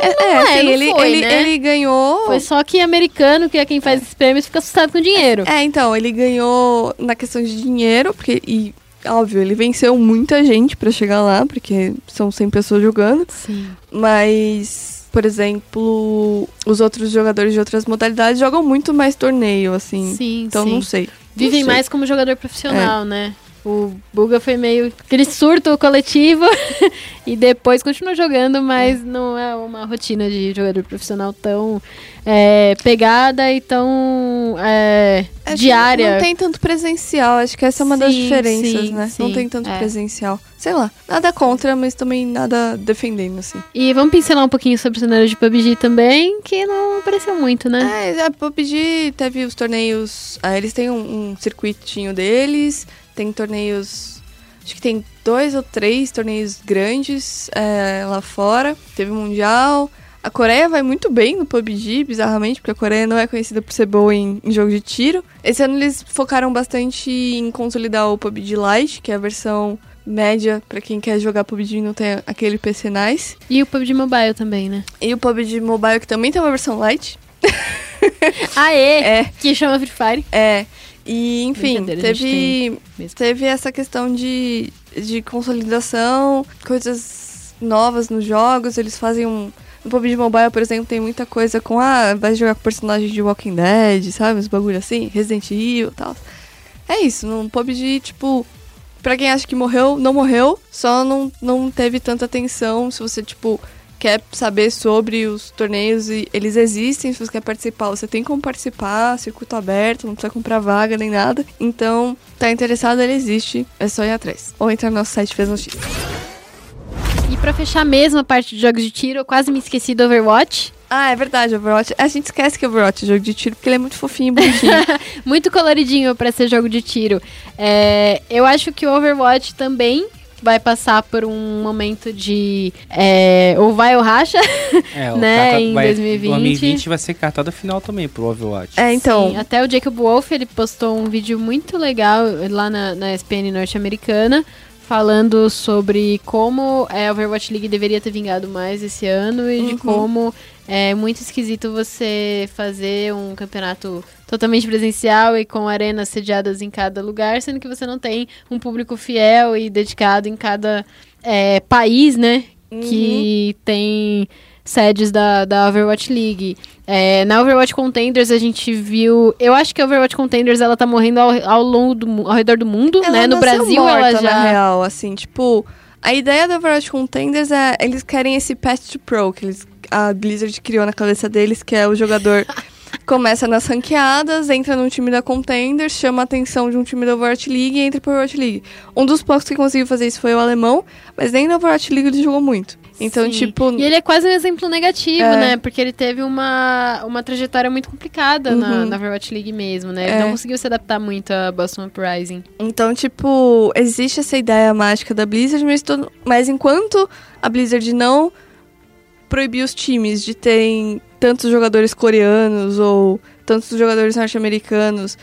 ele ganhou... Foi só que americano, que é quem faz esses prêmios, fica assustado com dinheiro. Então, ele ganhou na questão de dinheiro, porque... Óbvio, ele venceu muita gente pra chegar lá, porque são 100 pessoas jogando. Sim. Mas, por exemplo, os outros jogadores de outras modalidades jogam muito mais torneio, assim. Sim, então, não sei. vivem sei. mais como jogador profissional, né? O Buga foi meio aquele surto coletivo e depois continuou jogando, mas não é uma rotina de jogador profissional tão pegada e tão diária. Não tem tanto presencial, acho que essa é uma das Sim, diferenças, sim, né? sim, Não tem tanto presencial. Sei lá, nada contra, mas também nada defendendo, assim. E vamos pincelar um pouquinho sobre o cenário de PUBG também, que não apareceu muito, né? A PUBG teve os torneios, eles têm um circuitinho deles, tem torneios, acho que tem 2 ou 3 torneios grandes lá fora, teve o Mundial. A Coreia vai muito bem no PUBG, bizarramente, porque a Coreia não é conhecida por ser boa em jogo de tiro. Esse ano eles focaram bastante em consolidar o PUBG Lite, que é a versão média pra quem quer jogar PUBG e não tem aquele PC nice. E o PUBG Mobile também, né? E o PUBG Mobile, que também tem uma versão Lite. Que chama Free Fire. E, enfim, teve essa questão de consolidação, coisas novas nos jogos. Eles fazem no PUBG Mobile, por exemplo, tem muita coisa com vai jogar com personagens de Walking Dead, sabe? Uns bagulho assim, Resident Evil e tal. É isso, no PUBG, tipo, pra quem acha que morreu, não morreu, só não teve tanta atenção. Se você, tipo, quer saber sobre os torneios, e eles existem, se você quer participar, você tem como participar, circuito aberto, não precisa comprar vaga nem nada. Então, tá interessado, ele existe, é só ir atrás. Ou entrar no nosso site Fez Notícia. E pra fechar mesmo a parte de jogos de tiro, eu quase me esqueci do Overwatch. É verdade, Overwatch. A gente esquece que Overwatch é jogo de tiro, porque ele é muito fofinho e bonitinho. Muito coloridinho pra ser jogo de tiro. Eu acho que o Overwatch também vai passar por um momento de ou vai ou racha, né, em 2020. 2020 vai ser cartada final também pro Overwatch. Então. Sim, até o Jacob Wolf, ele postou um vídeo muito legal lá na ESPN norte-americana, falando sobre como a Overwatch League deveria ter vingado mais esse ano e de como é muito esquisito você fazer um campeonato totalmente presencial e com arenas sediadas em cada lugar, sendo que você não tem um público fiel e dedicado em cada país, né, que tem sedes da Overwatch League. Na Overwatch Contenders a gente viu... Eu acho que a Overwatch Contenders ela tá morrendo ao redor do mundo, ela né? No Brasil morta, ela já... na real, assim, tipo... A ideia da Overwatch Contenders eles querem esse Path to Pro, que a Blizzard criou na cabeça deles, que é o jogador... Começa nas ranqueadas, entra num time da Contenders, chama a atenção de um time da Overwatch League e entra pra Overwatch League. Um dos poucos que conseguiu fazer isso foi o alemão, mas nem na Overwatch League ele jogou muito. Então, Sim. tipo... E ele é quase um exemplo negativo, né? Porque ele teve uma trajetória muito complicada na Overwatch League mesmo, né? Ele não conseguiu se adaptar muito a Boston Uprising. Então, tipo, existe essa ideia mágica da Blizzard, mas enquanto a Blizzard não proibir os times de terem tantos jogadores coreanos ou tantos jogadores norte-americanos,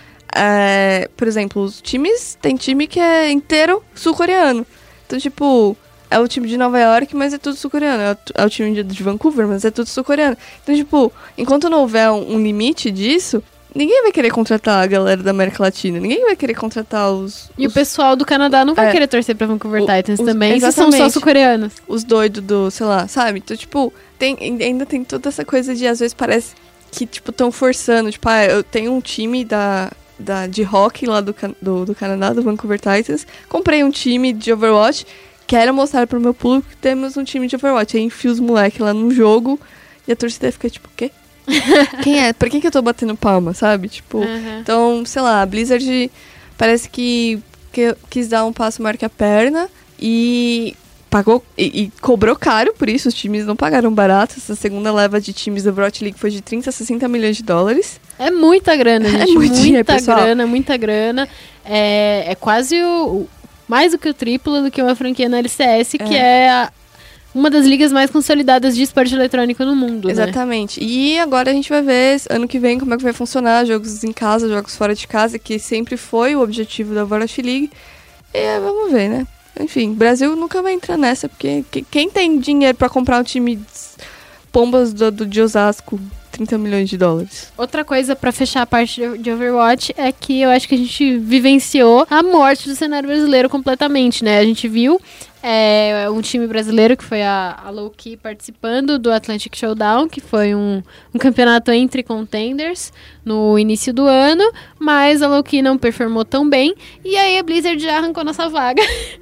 por exemplo, os times, tem time que é inteiro sul-coreano. Então, tipo, é o time de Nova York, mas é tudo sul-coreano. É o time de Vancouver, mas é tudo sul-coreano. Então, tipo, enquanto não houver um limite disso, ninguém vai querer contratar a galera da América Latina. Ninguém vai querer contratar E o pessoal do Canadá não vai querer torcer pra Vancouver Titans também, se são só sul-coreanos. Os doidos do, sei lá, sabe? Então, tipo, ainda tem toda essa coisa de, às vezes, parece que, tipo, estão forçando. Tipo, eu tenho um time de hockey lá do Canadá, do Vancouver Titans. Comprei um time de Overwatch. Quero mostrar pro meu público que temos um time de Overwatch. Aí enfio os moleques lá no jogo e a torcida fica, tipo, o quê? Quem é? Por que eu tô batendo palma, sabe? Tipo, então, sei lá, a Blizzard parece que quis dar um passo maior que a perna e pagou e cobrou caro por isso. Os times não pagaram barato. Essa segunda leva de times da Overwatch League foi de 30 a 60 milhões de dólares. É muita grana, gente. Muita grana. É quase mais do que o triplo do que uma franquia na LCS, que é uma das ligas mais consolidadas de esporte eletrônico no mundo, Exatamente. Né? E agora a gente vai ver, ano que vem, como é que vai funcionar. Jogos em casa, jogos fora de casa, que sempre foi o objetivo da Overwatch League. E vamos ver, né? Enfim, o Brasil nunca vai entrar nessa, porque quem tem dinheiro pra comprar um time pombas de Osasco, 30 milhões de dólares. Outra coisa pra fechar a parte de Overwatch é que eu acho que a gente vivenciou a morte do cenário brasileiro completamente, né? A gente viu um time brasileiro que foi a Low-Key participando do Atlantic Showdown, que foi um campeonato entre contenders no início do ano, mas a Low-Key não performou tão bem, e aí a Blizzard já arrancou nossa vaga.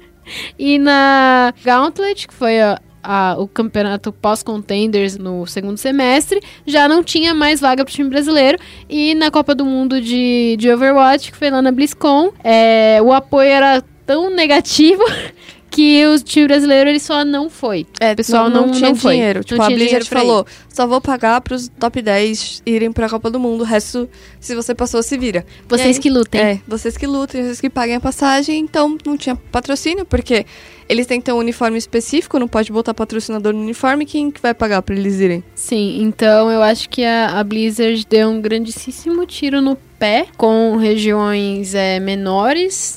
E na Gauntlet, que foi o campeonato pós-contenders no segundo semestre, já não tinha mais vaga pro time brasileiro. E na Copa do Mundo de Overwatch, que foi lá na BlizzCon, o apoio era tão negativo que o time brasileiro ele só não foi. O pessoal não tinha dinheiro. Tipo, a Blizzard falou, só vou pagar pros top 10 irem pra Copa do Mundo. O resto, se você passou, se vira. Vocês que lutem. Vocês que lutem, vocês que paguem a passagem. Então, não tinha patrocínio, porque eles têm que ter um uniforme específico, não pode botar patrocinador no uniforme. Quem que vai pagar pra eles irem? Sim, então eu acho que a Blizzard deu um grandíssimo tiro no pé com regiões menores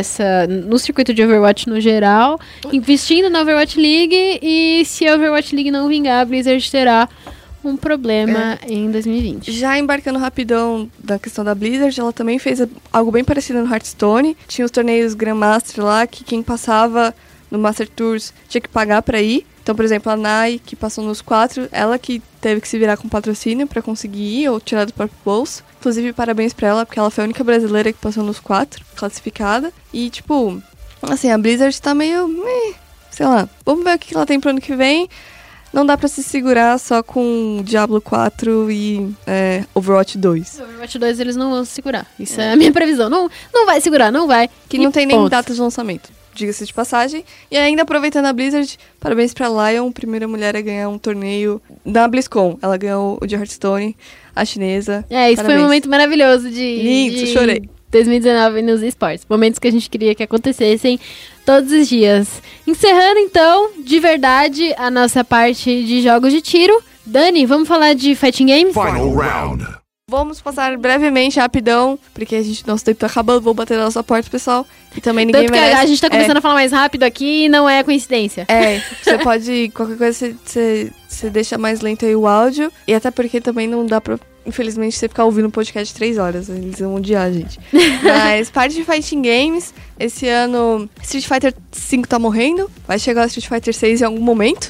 no circuito de Overwatch no geral, investindo na Overwatch League, e se a Overwatch League não vingar, a Blizzard terá um problema em 2020. Já embarcando rapidão da questão da Blizzard, ela também fez algo bem parecido no Hearthstone. Tinha os torneios Grandmaster lá, que quem passava no Master Tours tinha que pagar pra ir. Então, por exemplo, a Nai, que passou nos 4, ela que teve que se virar com patrocínio pra conseguir ir, ou tirar do próprio bolso. Inclusive, parabéns pra ela, porque ela foi a única brasileira que passou nos 4, classificada. E, tipo, assim, a Blizzard tá meio... sei lá, vamos ver o que ela tem pro ano que vem. Não dá pra se segurar só com Diablo 4 e Overwatch 2. Overwatch 2 eles não vão se segurar. Isso é a minha previsão. Não vai segurar, não vai. Que não tem nem data de lançamento, diga-se de passagem. E ainda aproveitando a Blizzard, parabéns pra Lion, primeira mulher a ganhar um torneio da BlizzCon. Ela ganhou o de Hearthstone, a chinesa. Isso parabéns. foi um momento maravilhoso Lindo, chorei. 2019 nos esportes. Momentos que a gente queria que acontecessem todos os dias. Encerrando, então, de verdade, a nossa parte de jogos de tiro. Dani, vamos falar de Fighting Games? Final round. Vamos passar brevemente, rapidão, porque nosso tempo tá acabando, vou bater na nossa porta, pessoal. E também ninguém Tanto que merece... a gente tá começando a falar mais rápido aqui e não é coincidência. Você pode... Qualquer coisa, você deixa mais lento aí o áudio. E até porque também não dá pra... Infelizmente, você ficar ouvindo um podcast de 3 horas. Eles vão odiar a gente. Mas, parte de Fighting Games, esse ano Street Fighter V tá morrendo. Vai chegar o Street Fighter VI em algum momento.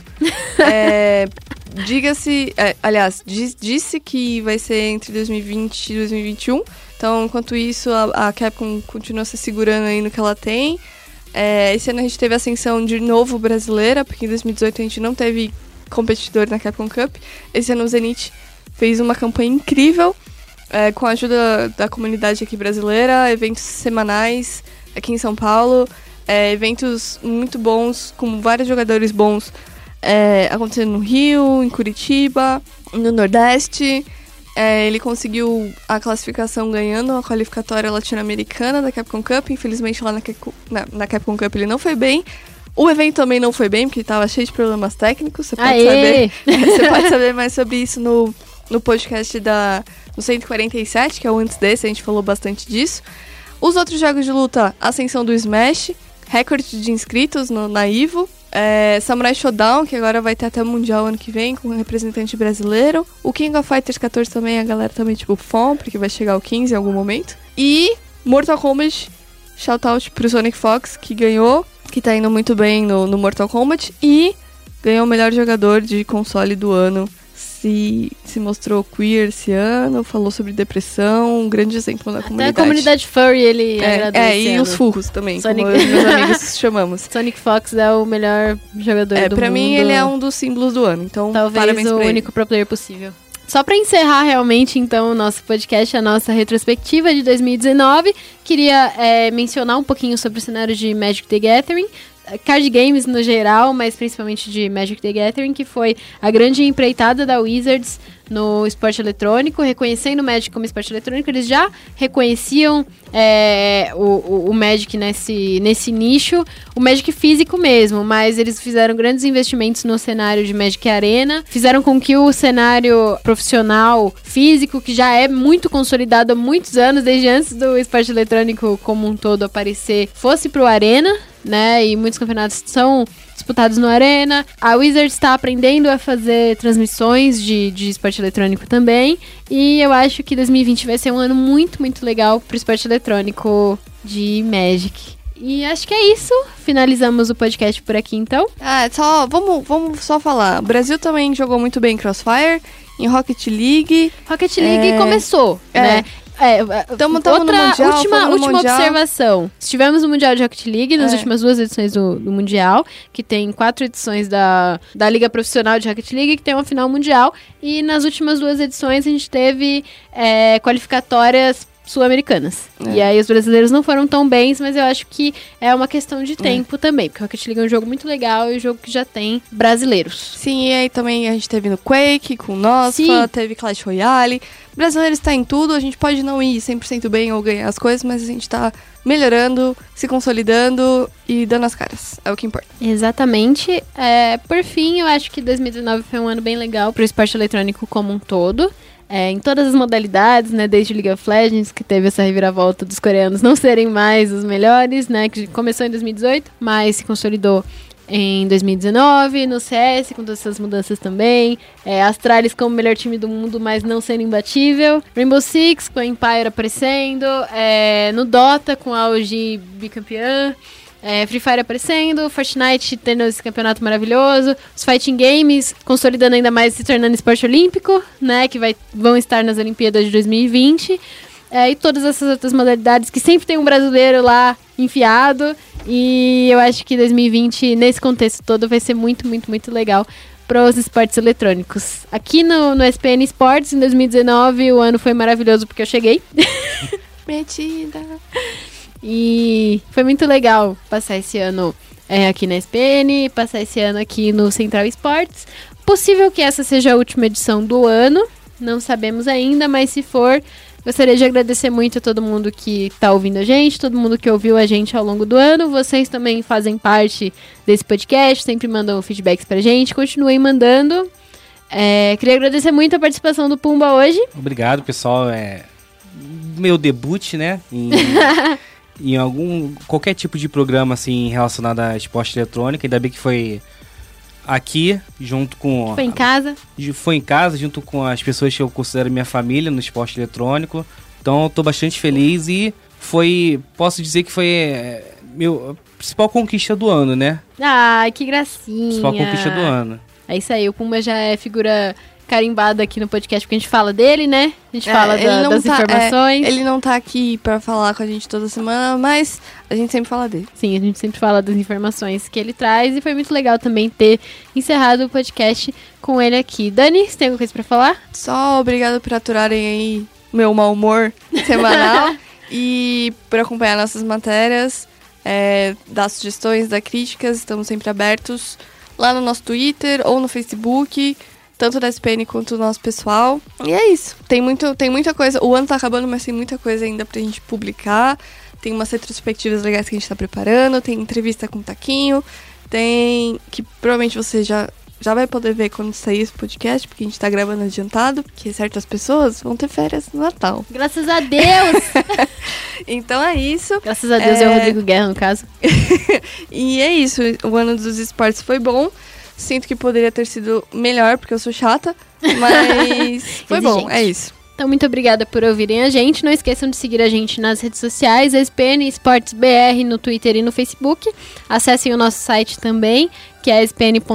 Disse que vai ser entre 2020 e 2021. Então, enquanto isso, a Capcom continua se segurando aí no que ela tem. Esse ano a gente teve a ascensão de novo brasileira, porque em 2018 a gente não teve competidor na Capcom Cup. Esse ano o Zenith fez uma campanha incrível, com a ajuda da comunidade aqui brasileira, eventos semanais aqui em São Paulo, eventos muito bons, com vários jogadores bons acontecendo no Rio, em Curitiba, no Nordeste. Ele conseguiu a classificação ganhando a qualificatória latino-americana da Capcom Cup. Infelizmente lá na Capcom Cup ele não foi bem. O evento também não foi bem, porque estava cheio de problemas técnicos. Você pode saber mais sobre isso no podcast no 147, que é o antes desse, a gente falou bastante disso. Os outros jogos de luta, ascensão do Smash, recorde de inscritos na Evo, Samurai Shodown, que agora vai ter até o Mundial ano que vem, com um representante brasileiro. O King of Fighters 14 também, a galera também tipo fã, porque vai chegar o 15 em algum momento. E Mortal Kombat, shoutout pro Sonic Fox, que ganhou, que tá indo muito bem no Mortal Kombat, e ganhou o melhor jogador de console do ano. Se mostrou queer esse ano, falou sobre depressão, um grande exemplo da comunidade. Até a comunidade furry ele agradece. E os furros também, Sonic... como meus amigos chamamos. Sonic Fox é o melhor jogador do mundo. Pra mim ele é um dos símbolos do ano, então talvez parabéns o pra único pro player possível. Só pra encerrar realmente, então, o nosso podcast, a nossa retrospectiva de 2019, queria mencionar um pouquinho sobre o cenário de Magic the Gathering, card games no geral, mas principalmente de Magic the Gathering, que foi a grande empreitada da Wizards no esporte eletrônico, reconhecendo o Magic como esporte eletrônico. Eles já reconheciam o Magic nesse nicho, o Magic físico mesmo, mas eles fizeram grandes investimentos no cenário de Magic Arena, fizeram com que o cenário profissional físico, que já é muito consolidado há muitos anos, desde antes do esporte eletrônico como um todo aparecer, fosse pro Arena. né? E muitos campeonatos são disputados no Arena. A Wizards está aprendendo a fazer transmissões de esporte eletrônico também. E eu acho que 2020 vai ser um ano muito, muito legal pro esporte eletrônico de Magic. E acho que é isso. Finalizamos o podcast por aqui, então. Vamos só falar. O Brasil também jogou muito bem em Crossfire, em Rocket League. Rocket League começou, né? Tamo no Mundial, última observação. Estivemos no Mundial de Rocket League nas últimas 2 edições do Mundial, que tem 4 edições da Liga Profissional de Rocket League, que tem uma final mundial. E nas últimas 2 edições a gente teve qualificatórias sul-americanas. E aí os brasileiros não foram tão bem, mas eu acho que é uma questão de tempo também, porque o Rocket League é um jogo muito legal e um jogo que já tem brasileiros. Sim, e aí também a gente teve no Quake, com o Nosfa, teve Clash Royale. Brasileiro está em tudo, a gente pode não ir 100% bem ou ganhar as coisas, mas a gente tá melhorando, se consolidando e dando as caras. É o que importa. Exatamente. Por fim, eu acho que 2019 foi um ano bem legal pro esporte eletrônico como um todo. Em todas as modalidades, né, desde League of Legends, que teve essa reviravolta dos coreanos não serem mais os melhores, né, que começou em 2018, mas se consolidou em 2019, no CS, com todas essas mudanças também, Astralis como melhor time do mundo, mas não sendo imbatível, Rainbow Six com a Empire aparecendo, no Dota com a OG bicampeã, Free Fire aparecendo, Fortnite tendo esse campeonato maravilhoso, os Fighting Games consolidando ainda mais, se tornando esporte olímpico, né, que vão estar nas Olimpíadas de 2020, e todas essas outras modalidades que sempre tem um brasileiro lá enfiado, e eu acho que 2020, nesse contexto todo, vai ser muito, muito, muito legal para os esportes eletrônicos. Aqui no SPN Esportes, em 2019, o ano foi maravilhoso porque eu cheguei. Metida! E foi muito legal passar esse ano aqui na SPN, passar esse ano aqui no Central Esportes. Possível que essa seja a última edição do ano, não sabemos ainda, mas se for, gostaria de agradecer muito a todo mundo que está ouvindo a gente, todo mundo que ouviu a gente ao longo do ano. Vocês também fazem parte desse podcast, sempre mandam feedbacks pra gente, continuem mandando. Queria agradecer muito a participação do Pumba hoje. Obrigado, pessoal. Meu debut, né? Em qualquer tipo de programa assim relacionado a esporte eletrônico, ainda bem que foi aqui, junto com... Foi em casa? Foi em casa, junto com as pessoas que eu considero minha família no esporte eletrônico. Então eu tô bastante feliz e posso dizer que foi meu principal conquista do ano, né? Ai, que gracinha! Principal conquista do ano. É isso aí, o Pumba já é figura carimbada aqui no podcast, porque a gente fala dele, né? A gente fala das informações. Ele não tá aqui pra falar com a gente toda semana, mas a gente sempre fala dele. Sim, a gente sempre fala das informações que ele traz, e foi muito legal também ter encerrado o podcast com ele aqui. Dani, você tem alguma coisa pra falar? Só obrigado por aturarem aí meu mau humor semanal e por acompanhar nossas matérias, dar sugestões, dar críticas, estamos sempre abertos lá no nosso Twitter ou no Facebook, tanto da SPN quanto do nosso pessoal. E é isso. Tem muita coisa. O ano tá acabando, mas tem muita coisa ainda pra gente publicar. Tem umas retrospectivas legais que a gente tá preparando. Tem entrevista com o Taquinho. Tem... que provavelmente você já vai poder ver quando sair esse podcast, porque a gente tá gravando adiantado, porque certas pessoas vão ter férias no Natal. Graças a Deus! Então é isso. Graças a Deus é o Rodrigo Guerra, no caso. E é isso. O ano dos esportes foi bom. Sinto que poderia ter sido melhor, porque eu sou chata, mas foi bom, é isso. Então, muito obrigada por ouvirem a gente. Não esqueçam de seguir a gente nas redes sociais, SPN Esportes BR no Twitter e no Facebook. Acessem o nosso site também, que é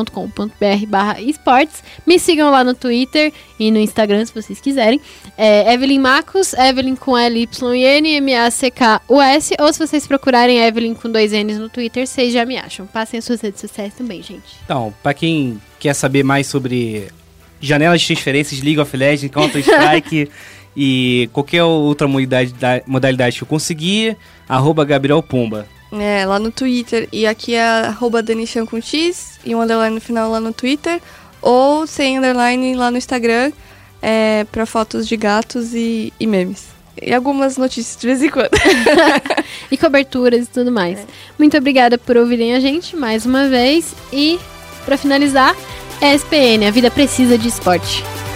spn.com.br/esportes. Me sigam lá no Twitter e no Instagram, se vocês quiserem. Evelyn Macos, Evelyn com L-Y-N, M-A-C-K-U-S. Ou se vocês procurarem Evelyn com 2 N's no Twitter, vocês já me acham. Passem as suas redes sociais também, gente. Então, pra quem quer saber mais sobre janelas de transferências, League of Legends, Counter-Strike e qualquer outra modalidade que eu conseguir, @Gabriel Pumba. Lá no Twitter. E aqui é @Danichan com X e um underline no final lá no Twitter. Ou sem underline lá no Instagram, pra fotos de gatos e memes. E algumas notícias de vez em quando. E coberturas e tudo mais. Muito obrigada por ouvirem a gente mais uma vez. E, pra finalizar, SPN, a vida precisa de esporte.